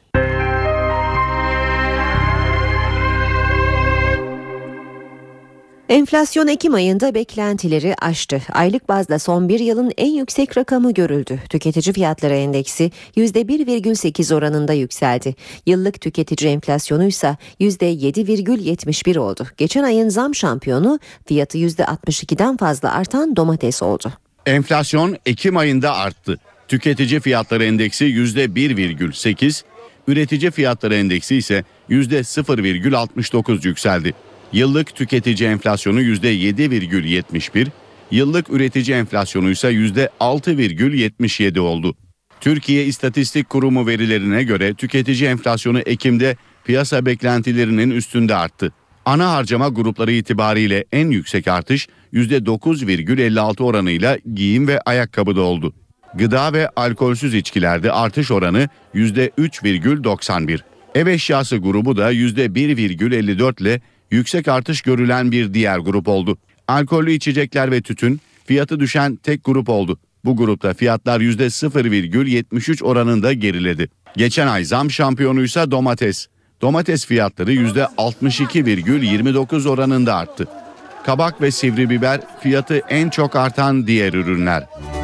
Enflasyon Ekim ayında beklentileri aştı. Aylık bazda son bir yılın en yüksek rakamı görüldü. Tüketici fiyatları endeksi yüzde bir virgül sekiz oranında yükseldi. Yıllık tüketici enflasyonu ise yüzde yedi virgül yetmiş bir oldu. Geçen ayın zam şampiyonu fiyatı yüzde altmış ikiden fazla artan domates oldu. Enflasyon Ekim ayında arttı. Tüketici fiyatları endeksi yüzde bir virgül sekiz, üretici fiyatları endeksi ise yüzde sıfır virgül altmış dokuz yükseldi. Yıllık tüketici enflasyonu yüzde yedi virgül yetmiş bir, yıllık üretici enflasyonu ise yüzde altı virgül yetmiş yedi oldu. Türkiye İstatistik Kurumu verilerine göre tüketici enflasyonu Ekim'de piyasa beklentilerinin üstünde arttı. Ana harcama grupları itibariyle en yüksek artış yüzde dokuz virgül elli altı oranıyla giyim ve ayakkabıda oldu. Gıda ve alkolsüz içkilerde artış oranı yüzde üç virgül doksan bir. Ev eşyası grubu da yüzde bir virgül elli dört ile yüksek artış görülen bir diğer grup oldu. Alkollü içecekler ve tütün fiyatı düşen tek grup oldu. Bu grupta fiyatlar yüzde sıfır virgül yetmiş üç oranında geriledi. Geçen ay zam şampiyonuysa domates. Domates fiyatları yüzde altmış iki virgül yirmi dokuz oranında arttı. Kabak ve sivri biber fiyatı en çok artan diğer ürünler.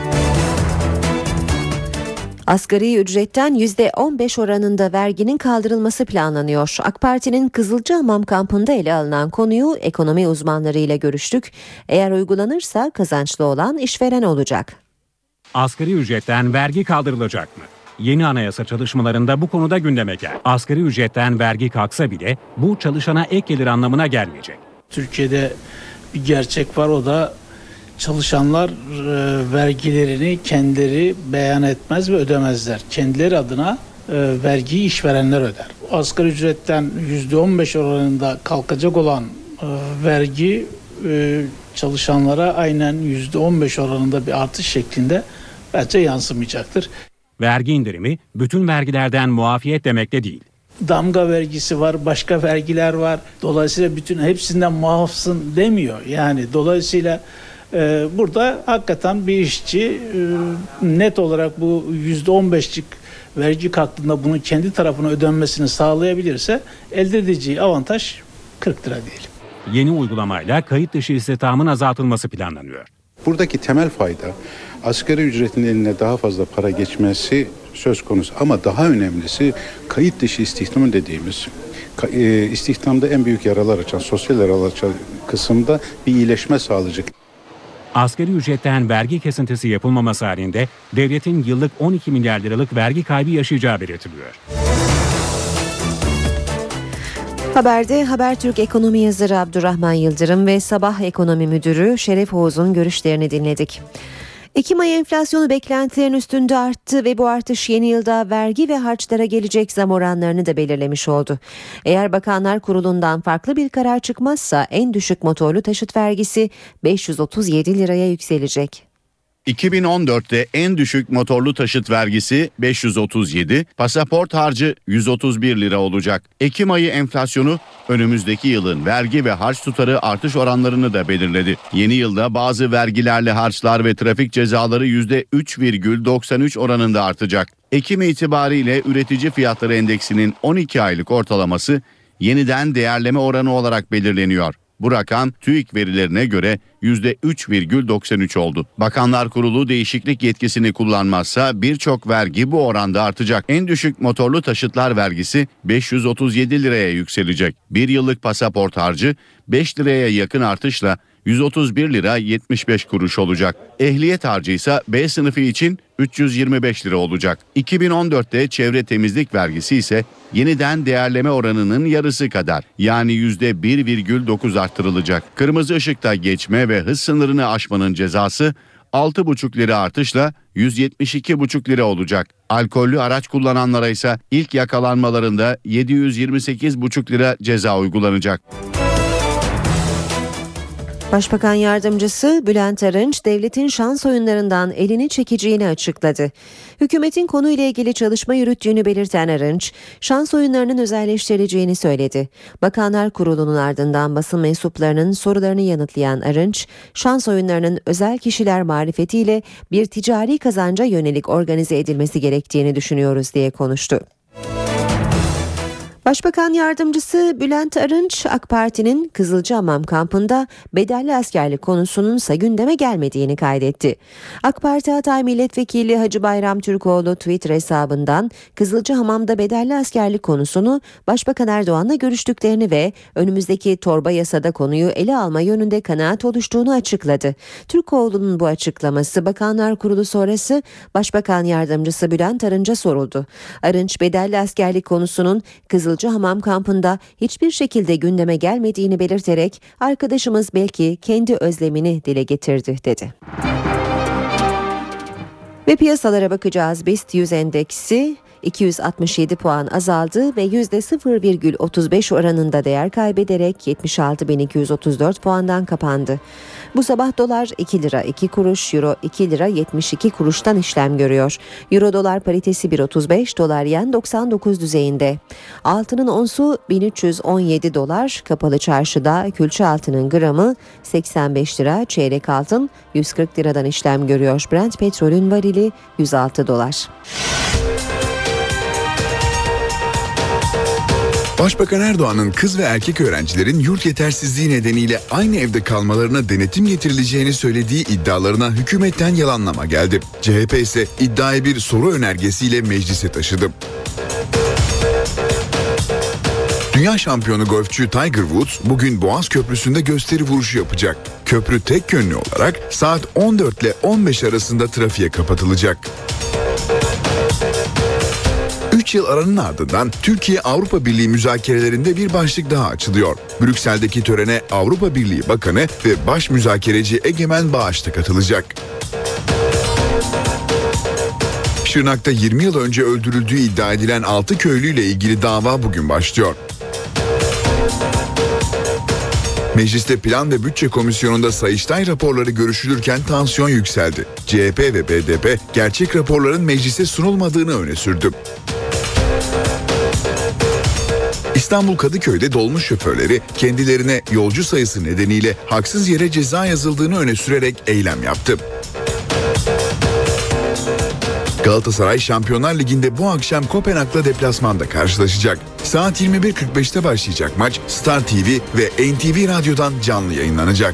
Asgari ücretten yüzde on beş oranında verginin kaldırılması planlanıyor. AK Parti'nin Kızılcahamam kampında ele alınan konuyu ekonomi uzmanlarıyla görüştük. Eğer uygulanırsa kazançlı olan işveren olacak. Asgari ücretten vergi kaldırılacak mı? Yeni anayasa çalışmalarında bu konuda gündeme geldi. Asgari ücretten vergi kalksa bile bu çalışana ek gelir anlamına gelmeyecek. Türkiye'de bir gerçek var, o da çalışanlar e, vergilerini kendileri beyan etmez ve ödemezler. Kendileri adına e, vergiyi işverenler öder. Asgari ücretten yüzde on beş oranında kalkacak olan e, vergi e, çalışanlara aynen yüzde on beş oranında bir artış şeklinde bence yansımayacaktır. Vergi indirimi bütün vergilerden muafiyet demek de değil. Damga vergisi var, başka vergiler var. Dolayısıyla bütün hepsinden muafsın demiyor. Yani dolayısıyla e, burada hakikaten bir işçi e, net olarak bu yüzde on beşlik vergi kalktığında bunun kendi tarafına ödenmesini sağlayabilirse elde edeceği avantaj kırk lira diyelim. Yeni uygulamayla kayıt dışı istihdamın azaltılması planlanıyor. Buradaki temel fayda asgari ücretin eline daha fazla para geçmesi söz konusu ama daha önemlisi kayıt dışı istihdam dediğimiz istihdamda en büyük yaralar açan, sosyal yaralar açan kısımda bir iyileşme sağlayacak. Asgari ücretten vergi kesintisi yapılmaması halinde devletin yıllık on iki milyar liralık vergi kaybı yaşayacağı belirtiliyor. Haberde Habertürk Ekonomi yazarı Abdurrahman Yıldırım ve Sabah Ekonomi Müdürü Şeref Oğuz'un görüşlerini dinledik. Ekim ayı enflasyonu beklentilerin üstünde arttı ve bu artış yeni yılda vergi ve harçlara gelecek zam oranlarını da belirlemiş oldu. Eğer Bakanlar Kurulu'ndan farklı bir karar çıkmazsa en düşük motorlu taşıt vergisi beş yüz otuz yedi liraya yükselecek. iki bin on dörtte en düşük motorlu taşıt vergisi beş yüz otuz yedi, pasaport harcı yüz otuz bir lira olacak. Ekim ayı enflasyonu önümüzdeki yılın vergi ve harç tutarı artış oranlarını da belirledi. Yeni yılda bazı vergilerle harçlar ve trafik cezaları yüzde üç virgül doksan üç oranında artacak. Ekim itibariyle üretici fiyatları endeksinin on iki aylık ortalaması yeniden değerleme oranı olarak belirleniyor. Bu rakam TÜİK verilerine göre yüzde üç virgül doksan üç oldu. Bakanlar Kurulu değişiklik yetkisini kullanmazsa birçok vergi bu oranda artacak. En düşük motorlu taşıtlar vergisi beş yüz otuz yedi liraya yükselecek. Bir yıllık pasaport harcı beş liraya yakın artışla yüz otuz bir lira yetmiş beş kuruş olacak. Ehliyet harcı ise B sınıfı için üç yüz yirmi beş lira olacak. iki bin on dörtte çevre temizlik vergisi ise yeniden değerleme oranının yarısı kadar, yani yüzde bir virgül dokuz artırılacak. Kırmızı ışıkta geçme ve hız sınırını aşmanın cezası altı buçuk lira artışla yüz yetmiş iki buçuk lira olacak. Alkollü araç kullananlara ise ilk yakalanmalarında yedi yüz yirmi sekiz buçuk lira ceza uygulanacak. Başbakan Yardımcısı Bülent Arınç, devletin şans oyunlarından elini çekeceğini açıkladı. Hükümetin konuyla ilgili çalışma yürüttüğünü belirten Arınç, şans oyunlarının özelleştirileceğini söyledi. Bakanlar Kurulu'nun ardından basın mensuplarının sorularını yanıtlayan Arınç, şans oyunlarının özel kişiler marifetiyle bir ticari kazanca yönelik organize edilmesi gerektiğini düşünüyoruz diye konuştu. Başbakan Yardımcısı Bülent Arınç, AK Parti'nin Kızılcahamam kampında bedelli askerlik konusunun ise gündeme gelmediğini kaydetti. AK Parti Hatay Milletvekili Hacı Bayram Türkoğlu Twitter hesabından Kızılcahamam'da bedelli askerlik konusunu Başbakan Erdoğan'la görüştüklerini ve önümüzdeki torba yasada konuyu ele alma yönünde kanaat oluştuğunu açıkladı. Türkoğlu'nun bu açıklaması Bakanlar Kurulu sonrası Başbakan Yardımcısı Bülent Arınç'a soruldu. Arınç, bedelli askerlik konusunun Kızılcahamam Hamam kampında hiçbir şekilde gündeme gelmediğini belirterek arkadaşımız belki kendi özlemini dile getirdi dedi. Ve piyasalara bakacağız. BIST yüz endeksi iki yüz altmış yedi puan azaldı ve yüzde sıfır virgül otuz beş oranında değer kaybederek yetmiş altı bin iki yüz otuz dört puandan kapandı. Bu sabah dolar iki lira iki kuruş, euro iki lira yetmiş iki kuruştan işlem görüyor. Euro dolar paritesi bir otuz beş, dolar yen doksan dokuz düzeyinde. Altının onsu bin üç yüz on yedi dolar, kapalı çarşıda külçe altının gramı seksen beş lira, çeyrek altın yüz kırk liradan işlem görüyor. Brent petrolün varili yüz altı dolar. Başbakan Erdoğan'ın kız ve erkek öğrencilerin yurt yetersizliği nedeniyle aynı evde kalmalarına denetim getirileceğini söylediği iddialarına hükümetten yalanlama geldi. C H P ise iddiayı bir soru önergesiyle meclise taşıdı. Dünya şampiyonu golfçü Tiger Woods bugün Boğaz Köprüsü'nde gösteri vuruşu yapacak. Köprü tek yönlü olarak saat on dört ile on beş arasında trafiğe kapatılacak. üç yıl aranın ardından Türkiye-Avrupa Birliği müzakerelerinde bir başlık daha açılıyor. Brüksel'deki törene Avrupa Birliği Bakanı ve baş müzakereci Egemen Bağış da katılacak. Şırnak'ta yirmi yıl önce öldürüldüğü iddia edilen altı köylüyle ilgili dava bugün başlıyor. Mecliste Plan ve Bütçe Komisyonu'nda Sayıştay raporları görüşülürken tansiyon yükseldi. C H P ve B D P gerçek raporların meclise sunulmadığını öne sürdü. İstanbul Kadıköy'de dolmuş şoförleri kendilerine yolcu sayısı nedeniyle haksız yere ceza yazıldığını öne sürerek eylem yaptı. Galatasaray Şampiyonlar Ligi'nde bu akşam Kopenhag'la deplasmanda karşılaşacak. Saat yirmi bir kırk beşte başlayacak maç Star T V ve N T V Radyo'dan canlı yayınlanacak.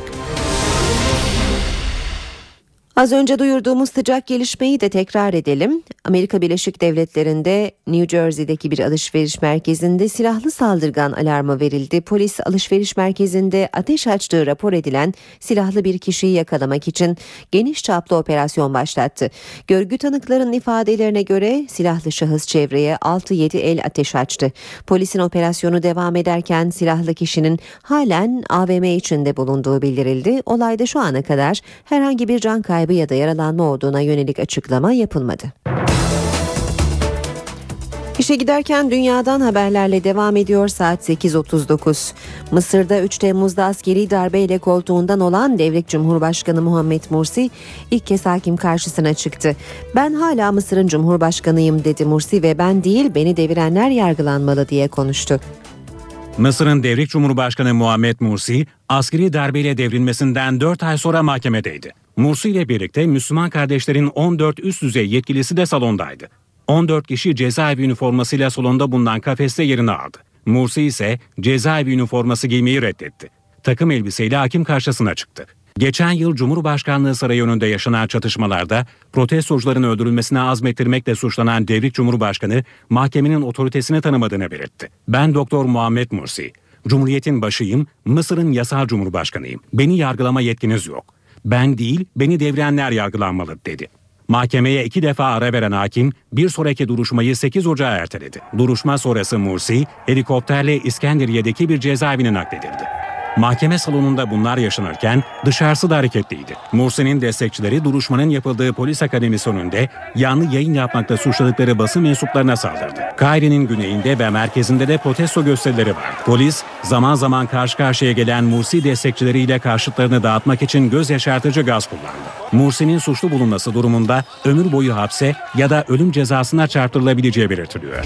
Az önce duyurduğumuz sıcak gelişmeyi de tekrar edelim. Amerika Birleşik Devletleri'nde New Jersey'deki bir alışveriş merkezinde silahlı saldırgan alarmı verildi. Polis alışveriş merkezinde ateş açtığı rapor edilen silahlı bir kişiyi yakalamak için geniş çaplı operasyon başlattı. Görgü tanıklarının ifadelerine göre silahlı şahıs çevreye altı yedi el ateş açtı. Polisin operasyonu devam ederken silahlı kişinin halen A V M içinde bulunduğu bildirildi. Olayda şu ana kadar herhangi bir can kaybı ya da yaralanma olduğuna yönelik açıklama yapılmadı. İşe giderken dünyadan haberlerle devam ediyor saat sekiz otuz dokuz. Mısır'da üç Temmuz'da askeri darbeyle koltuğundan olan devlet Cumhurbaşkanı Muhammed Mursi ilk kez hakim karşısına çıktı. "Ben hala Mısır'ın Cumhurbaşkanıyım" dedi Mursi ve "ben değil beni devirenler yargılanmalı" diye konuştu. Mısır'ın devrik Cumhurbaşkanı Muhammed Mursi, askeri darbeyle devrilmesinden dört ay sonra mahkemedeydi. Mursi ile birlikte Müslüman kardeşlerin on dört üst düzey yetkilisi de salondaydı. on dört kişi cezaevi üniformasıyla salonda bulunan kafeste yerini aldı. Mursi ise cezaevi üniforması giymeyi reddetti. Takım elbiseyle hakim karşısına çıktı. Geçen yıl Cumhurbaşkanlığı Sarayı önünde yaşanan çatışmalarda protestocuların öldürülmesine azmettirmekle suçlanan devrik Cumhurbaşkanı mahkemenin otoritesini tanımadığını belirtti. "Ben Doktor Muhammed Mursi, Cumhuriyetin başıyım, Mısır'ın yasal Cumhurbaşkanıyım. Beni yargılama yetkiniz yok. Ben değil, beni devirenler yargılanmalı" dedi. Mahkemeye iki defa ara veren hakim bir sonraki duruşmayı sekiz Ocağı erteledi. Duruşma sonrası Mursi helikopterle İskenderiye'deki bir cezaevine nakledildi. Mahkeme salonunda bunlar yaşanırken dışarısı da hareketliydi. Mursi'nin destekçileri duruşmanın yapıldığı polis akademisi önünde yanlı yayın yapmakta suçladıkları basın mensuplarına saldırdı. Kaire'nin güneyinde ve merkezinde de protesto gösterileri vardı. Polis zaman zaman karşı karşıya gelen Mursi destekçileriyle karşıtlarını dağıtmak için göz yaşartıcı gaz kullandı. Mursi'nin suçlu bulunması durumunda ömür boyu hapse ya da ölüm cezasına çarptırılabileceği belirtiliyor.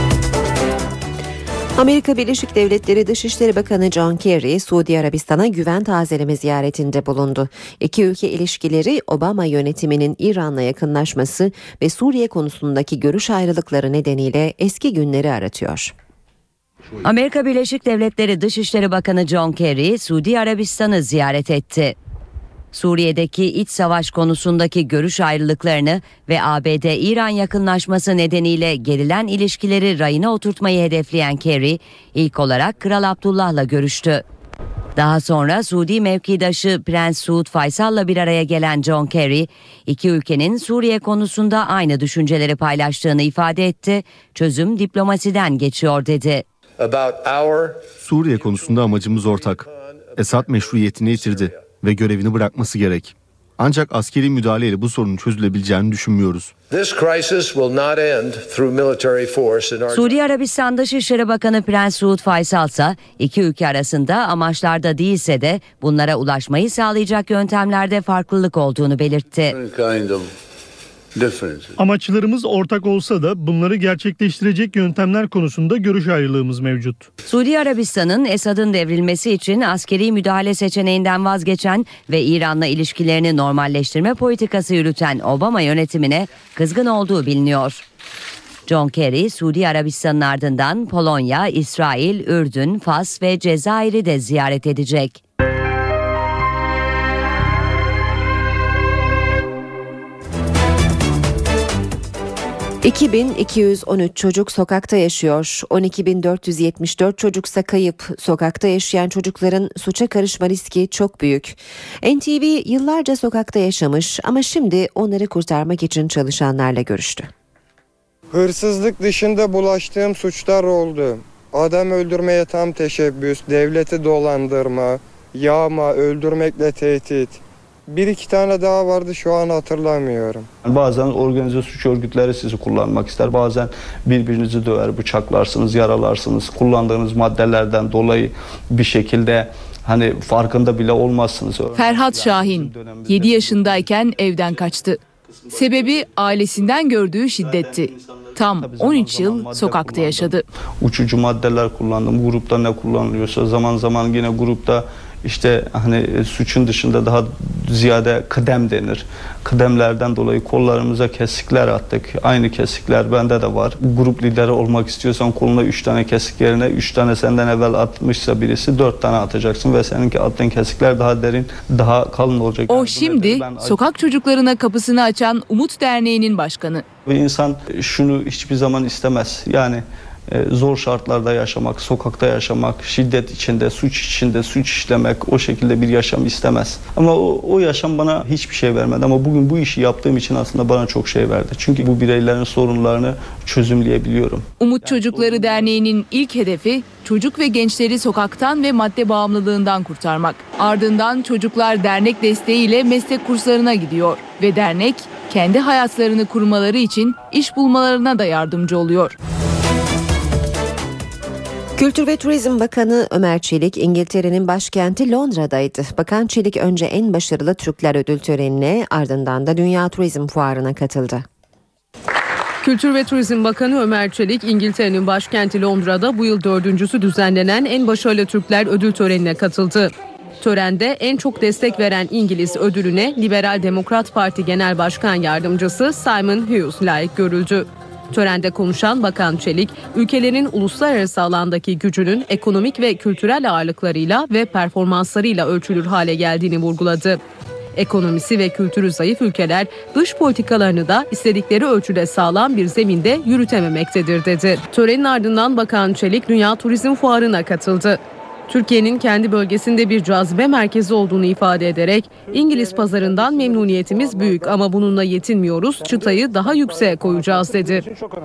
Amerika Birleşik Devletleri Dışişleri Bakanı John Kerry, Suudi Arabistan'a güven tazeleme ziyaretinde bulundu. İki ülke ilişkileri Obama yönetiminin İran'la yakınlaşması ve Suriye konusundaki görüş ayrılıkları nedeniyle eski günleri aratıyor. Amerika Birleşik Devletleri Dışişleri Bakanı John Kerry, Suudi Arabistan'ı ziyaret etti. Suriye'deki iç savaş konusundaki görüş ayrılıklarını ve A B D-İran yakınlaşması nedeniyle gerilen ilişkileri rayına oturtmayı hedefleyen Kerry, ilk olarak Kral Abdullah'la görüştü. Daha sonra Suudi mevkidaşı Prens Suud Faysal'la bir araya gelen John Kerry, iki ülkenin Suriye konusunda aynı düşünceleri paylaştığını ifade etti. "Çözüm diplomasiden geçiyor" dedi. Suriye konusunda amacımız ortak. Esad meşruiyetini yitirdi ve görevini bırakması gerek. Ancak askeri müdahaleyle bu sorunun çözülebileceğini düşünmüyoruz. Suudi Arabistan Dışişleri Bakanı Prens Suud Faysal ise iki ülke arasında amaçlarda değilse de bunlara ulaşmayı sağlayacak yöntemlerde farklılık olduğunu belirtti. Amaçlarımız ortak olsa da bunları gerçekleştirecek yöntemler konusunda görüş ayrılığımız mevcut. Suudi Arabistan'ın Esad'ın devrilmesi için askeri müdahale seçeneğinden vazgeçen ve İran'la ilişkilerini normalleştirme politikası yürüten Obama yönetimine kızgın olduğu biliniyor. John Kerry, Suudi Arabistan'ın ardından Polonya, İsrail, Ürdün, Fas ve Cezayir'i de ziyaret edecek. iki bin iki yüz on üç çocuk sokakta yaşıyor. on iki bin dört yüz yetmiş dört çocuksa kayıp. Sokakta yaşayan çocukların suça karışma riski çok büyük. N T V yıllarca sokakta yaşamış ama şimdi onları kurtarmak için çalışanlarla görüştü. Hırsızlık dışında bulaştığım suçlar oldu. Adam öldürmeye tam teşebbüs, devleti dolandırma, yağma, öldürmekle tehdit. Bir iki tane daha vardı, şu an hatırlamıyorum. Bazen organize suç örgütleri sizi kullanmak ister. Bazen birbirinizi döver, bıçaklarsınız, yaralarsınız. Kullandığınız maddelerden dolayı bir şekilde hani farkında bile olmazsınız. Ferhat Şahin yedi yaşındayken evden kaçtı. Sebebi ailesinden gördüğü şiddetti. Tam on üç yıl sokakta yaşadı. Uçucu maddeler kullandım. Grupta ne kullanılıyorsa zaman zaman yine grupta işte hani suçun dışında daha ziyade kıdem denir. Kıdemlerden dolayı kollarımıza kesikler attık. Aynı kesikler bende de var. Grup lideri olmak istiyorsan koluna üç tane kesik yerine üç tane senden evvel atmışsa birisi dört tane atacaksın ve seninki attığın kesikler daha derin, daha kalın olacak. O yani şimdi ben... sokak çocuklarına kapısını açan Umut Derneği'nin başkanı. Ve insan şunu hiçbir zaman istemez. Yani zor şartlarda yaşamak, sokakta yaşamak, şiddet içinde, suç içinde, suç işlemek, o şekilde bir yaşam istemez. Ama o, o yaşam bana hiçbir şey vermedi. Ama bugün bu işi yaptığım için aslında bana çok şey verdi. Çünkü bu bireylerin sorunlarını çözümleyebiliyorum. Umut Çocukları Derneği'nin ilk hedefi çocuk ve gençleri sokaktan ve madde bağımlılığından kurtarmak. Ardından çocuklar dernek desteğiyle meslek kurslarına gidiyor ve dernek kendi hayatlarını kurmaları için iş bulmalarına da yardımcı oluyor. Kültür ve Turizm Bakanı Ömer Çelik, İngiltere'nin başkenti Londra'daydı. Bakan Çelik önce en başarılı Türkler ödül törenine, ardından da Dünya Turizm Fuarı'na katıldı. Kültür ve Turizm Bakanı Ömer Çelik, İngiltere'nin başkenti Londra'da bu yıl dördüncüsü düzenlenen en başarılı Türkler ödül törenine katıldı. Törende en çok destek veren İngiliz ödülüne Liberal Demokrat Parti Genel Başkan Yardımcısı Simon Hughes layık görüldü. Törende konuşan Bakan Çelik, ülkelerin uluslararası alandaki gücünün ekonomik ve kültürel ağırlıklarıyla ve performanslarıyla ölçülür hale geldiğini vurguladı. Ekonomisi ve kültürü zayıf ülkeler dış politikalarını da istedikleri ölçüde sağlam bir zeminde yürütememektedir dedi. Törenin ardından Bakan Çelik Dünya Turizm Fuarı'na katıldı. Türkiye'nin kendi bölgesinde bir cazibe merkezi olduğunu ifade ederek İngiliz pazarından memnuniyetimiz büyük ama bununla yetinmiyoruz, çıtayı daha yükseğe koyacağız dedi.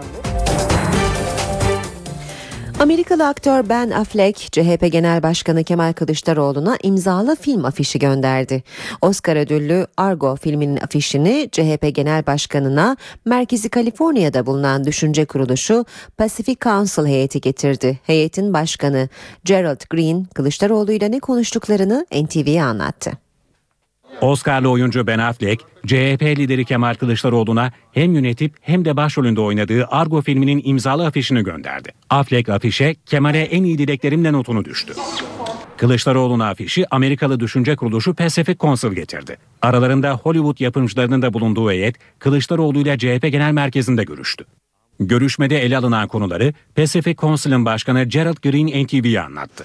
Amerikalı aktör Ben Affleck, C H P Genel Başkanı Kemal Kılıçdaroğlu'na imzalı film afişi gönderdi. Oscar ödüllü Argo filminin afişini C H P Genel Başkanı'na merkezi Kaliforniya'da bulunan düşünce kuruluşu Pacific Council heyeti getirdi. Heyetin başkanı Gerald Green, Kılıçdaroğlu ile ne konuştuklarını N T V'ye anlattı. Oscar'lı oyuncu Ben Affleck, C H P lideri Kemal Kılıçdaroğlu'na hem yönetip hem de başrolünde oynadığı Argo filminin imzalı afişini gönderdi. Affleck afişe Kemal'e en iyi dileklerimle notunu düştü. Kılıçdaroğlu'na afişi Amerikalı düşünce kuruluşu Pacific Council getirdi. Aralarında Hollywood yapımcılarının da bulunduğu heyet Kılıçdaroğlu ile C H P Genel Merkezi'nde görüştü. Görüşmede ele alınan konuları Pacific Council'ın başkanı Gerald Green N T V'ye anlattı.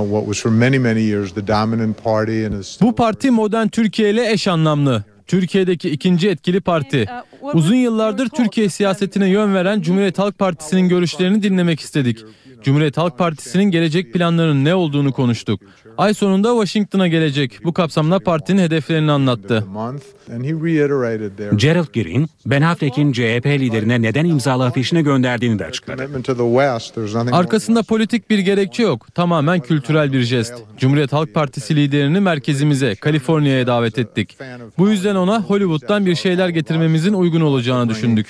Bu parti modern Türkiye ile eş anlamlı. Türkiye'deki ikinci etkili parti. Uzun yıllardır Türkiye siyasetine yön veren Cumhuriyet Halk Partisi'nin görüşlerini dinlemek istedik. Cumhuriyet Halk Partisi'nin gelecek planlarının ne olduğunu konuştuk. Ay sonunda Washington'a gelecek. Bu kapsamda partinin hedeflerini anlattı. Gerald Green, Ben Affleck'in C H P liderine neden imzalı afişini gönderdiğini de açıkladı. Arkasında politik bir gerekçe yok. Tamamen kültürel bir jest. Cumhuriyet Halk Partisi liderini merkezimize, Kaliforniya'ya davet ettik. Bu yüzden ona Hollywood'dan bir şeyler getirmemizin uygun olacağını düşündük.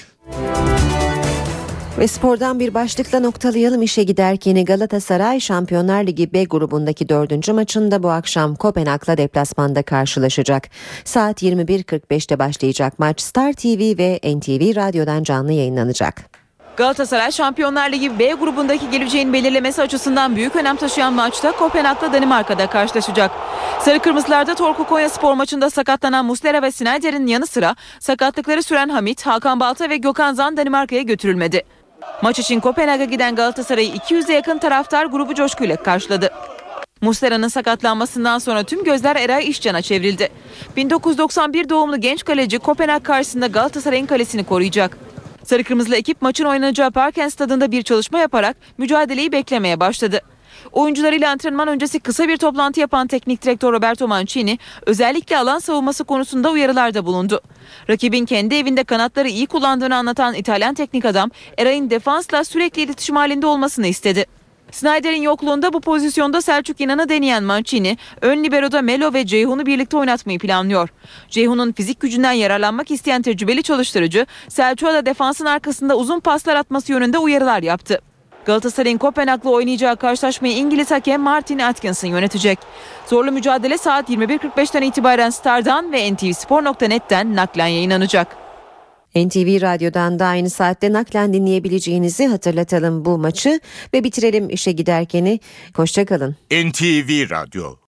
Ve spordan bir başlıkla noktalayalım. İşe giderken Galatasaray Şampiyonlar Ligi B grubundaki dördüncü maçında bu akşam Kopenhag'la deplasmanda karşılaşacak. Saat yirmi bir kırk beşte başlayacak maç Star T V ve N T V Radyo'dan canlı yayınlanacak. Galatasaray Şampiyonlar Ligi B grubundaki geleceğin belirlemesi açısından büyük önem taşıyan maçta Kopenhag'la Danimarka'da karşılaşacak. Sarı Kırmızılar'da Torku Konyaspor maçında sakatlanan Muslera ve Sneijder'in yanı sıra sakatlıkları süren Hamit, Hakan Balta ve Gökhan Zan Danimarka'ya götürülmedi. Maç için Kopenhag'a giden Galatasaray'ı iki yüze yakın taraftar grubu coşkuyla karşıladı. Muslera'nın sakatlanmasından sonra tüm gözler Eray İşcan'a çevrildi. bin dokuz yüz doksan bir doğumlu genç kaleci Kopenhag karşısında Galatasaray'ın kalesini koruyacak. Sarı Kırmızılı ekip maçın oynanacağı Parken Stadı'nda bir çalışma yaparak mücadeleyi beklemeye başladı. Oyuncularıyla antrenman öncesi kısa bir toplantı yapan teknik direktör Roberto Mancini özellikle alan savunması konusunda uyarılarda bulundu. Rakibin kendi evinde kanatları iyi kullandığını anlatan İtalyan teknik adam Eray'ın defansla sürekli iletişim halinde olmasını istedi. Sneijder'in yokluğunda bu pozisyonda Selçuk İnan'ı deneyen Mancini, ön libero'da Melo ve Ceyhun'u birlikte oynatmayı planlıyor. Ceyhun'un fizik gücünden yararlanmak isteyen tecrübeli çalıştırıcı, Selçuk'a da defansın arkasında uzun paslar atması yönünde uyarılar yaptı. Galatasaray'ın Kopenhag'la oynayacağı karşılaşmayı İngiliz hakem Martin Atkinson yönetecek. Zorlu mücadele saat yirmi bir kırk beşten itibaren Star'dan ve en te ve spor nokta net'ten naklen yayınlanacak. N T V Radyo'dan da aynı saatte naklen dinleyebileceğinizi hatırlatalım bu maçı ve bitirelim işe giderkeni. Hoşça kalın. N T V Radyo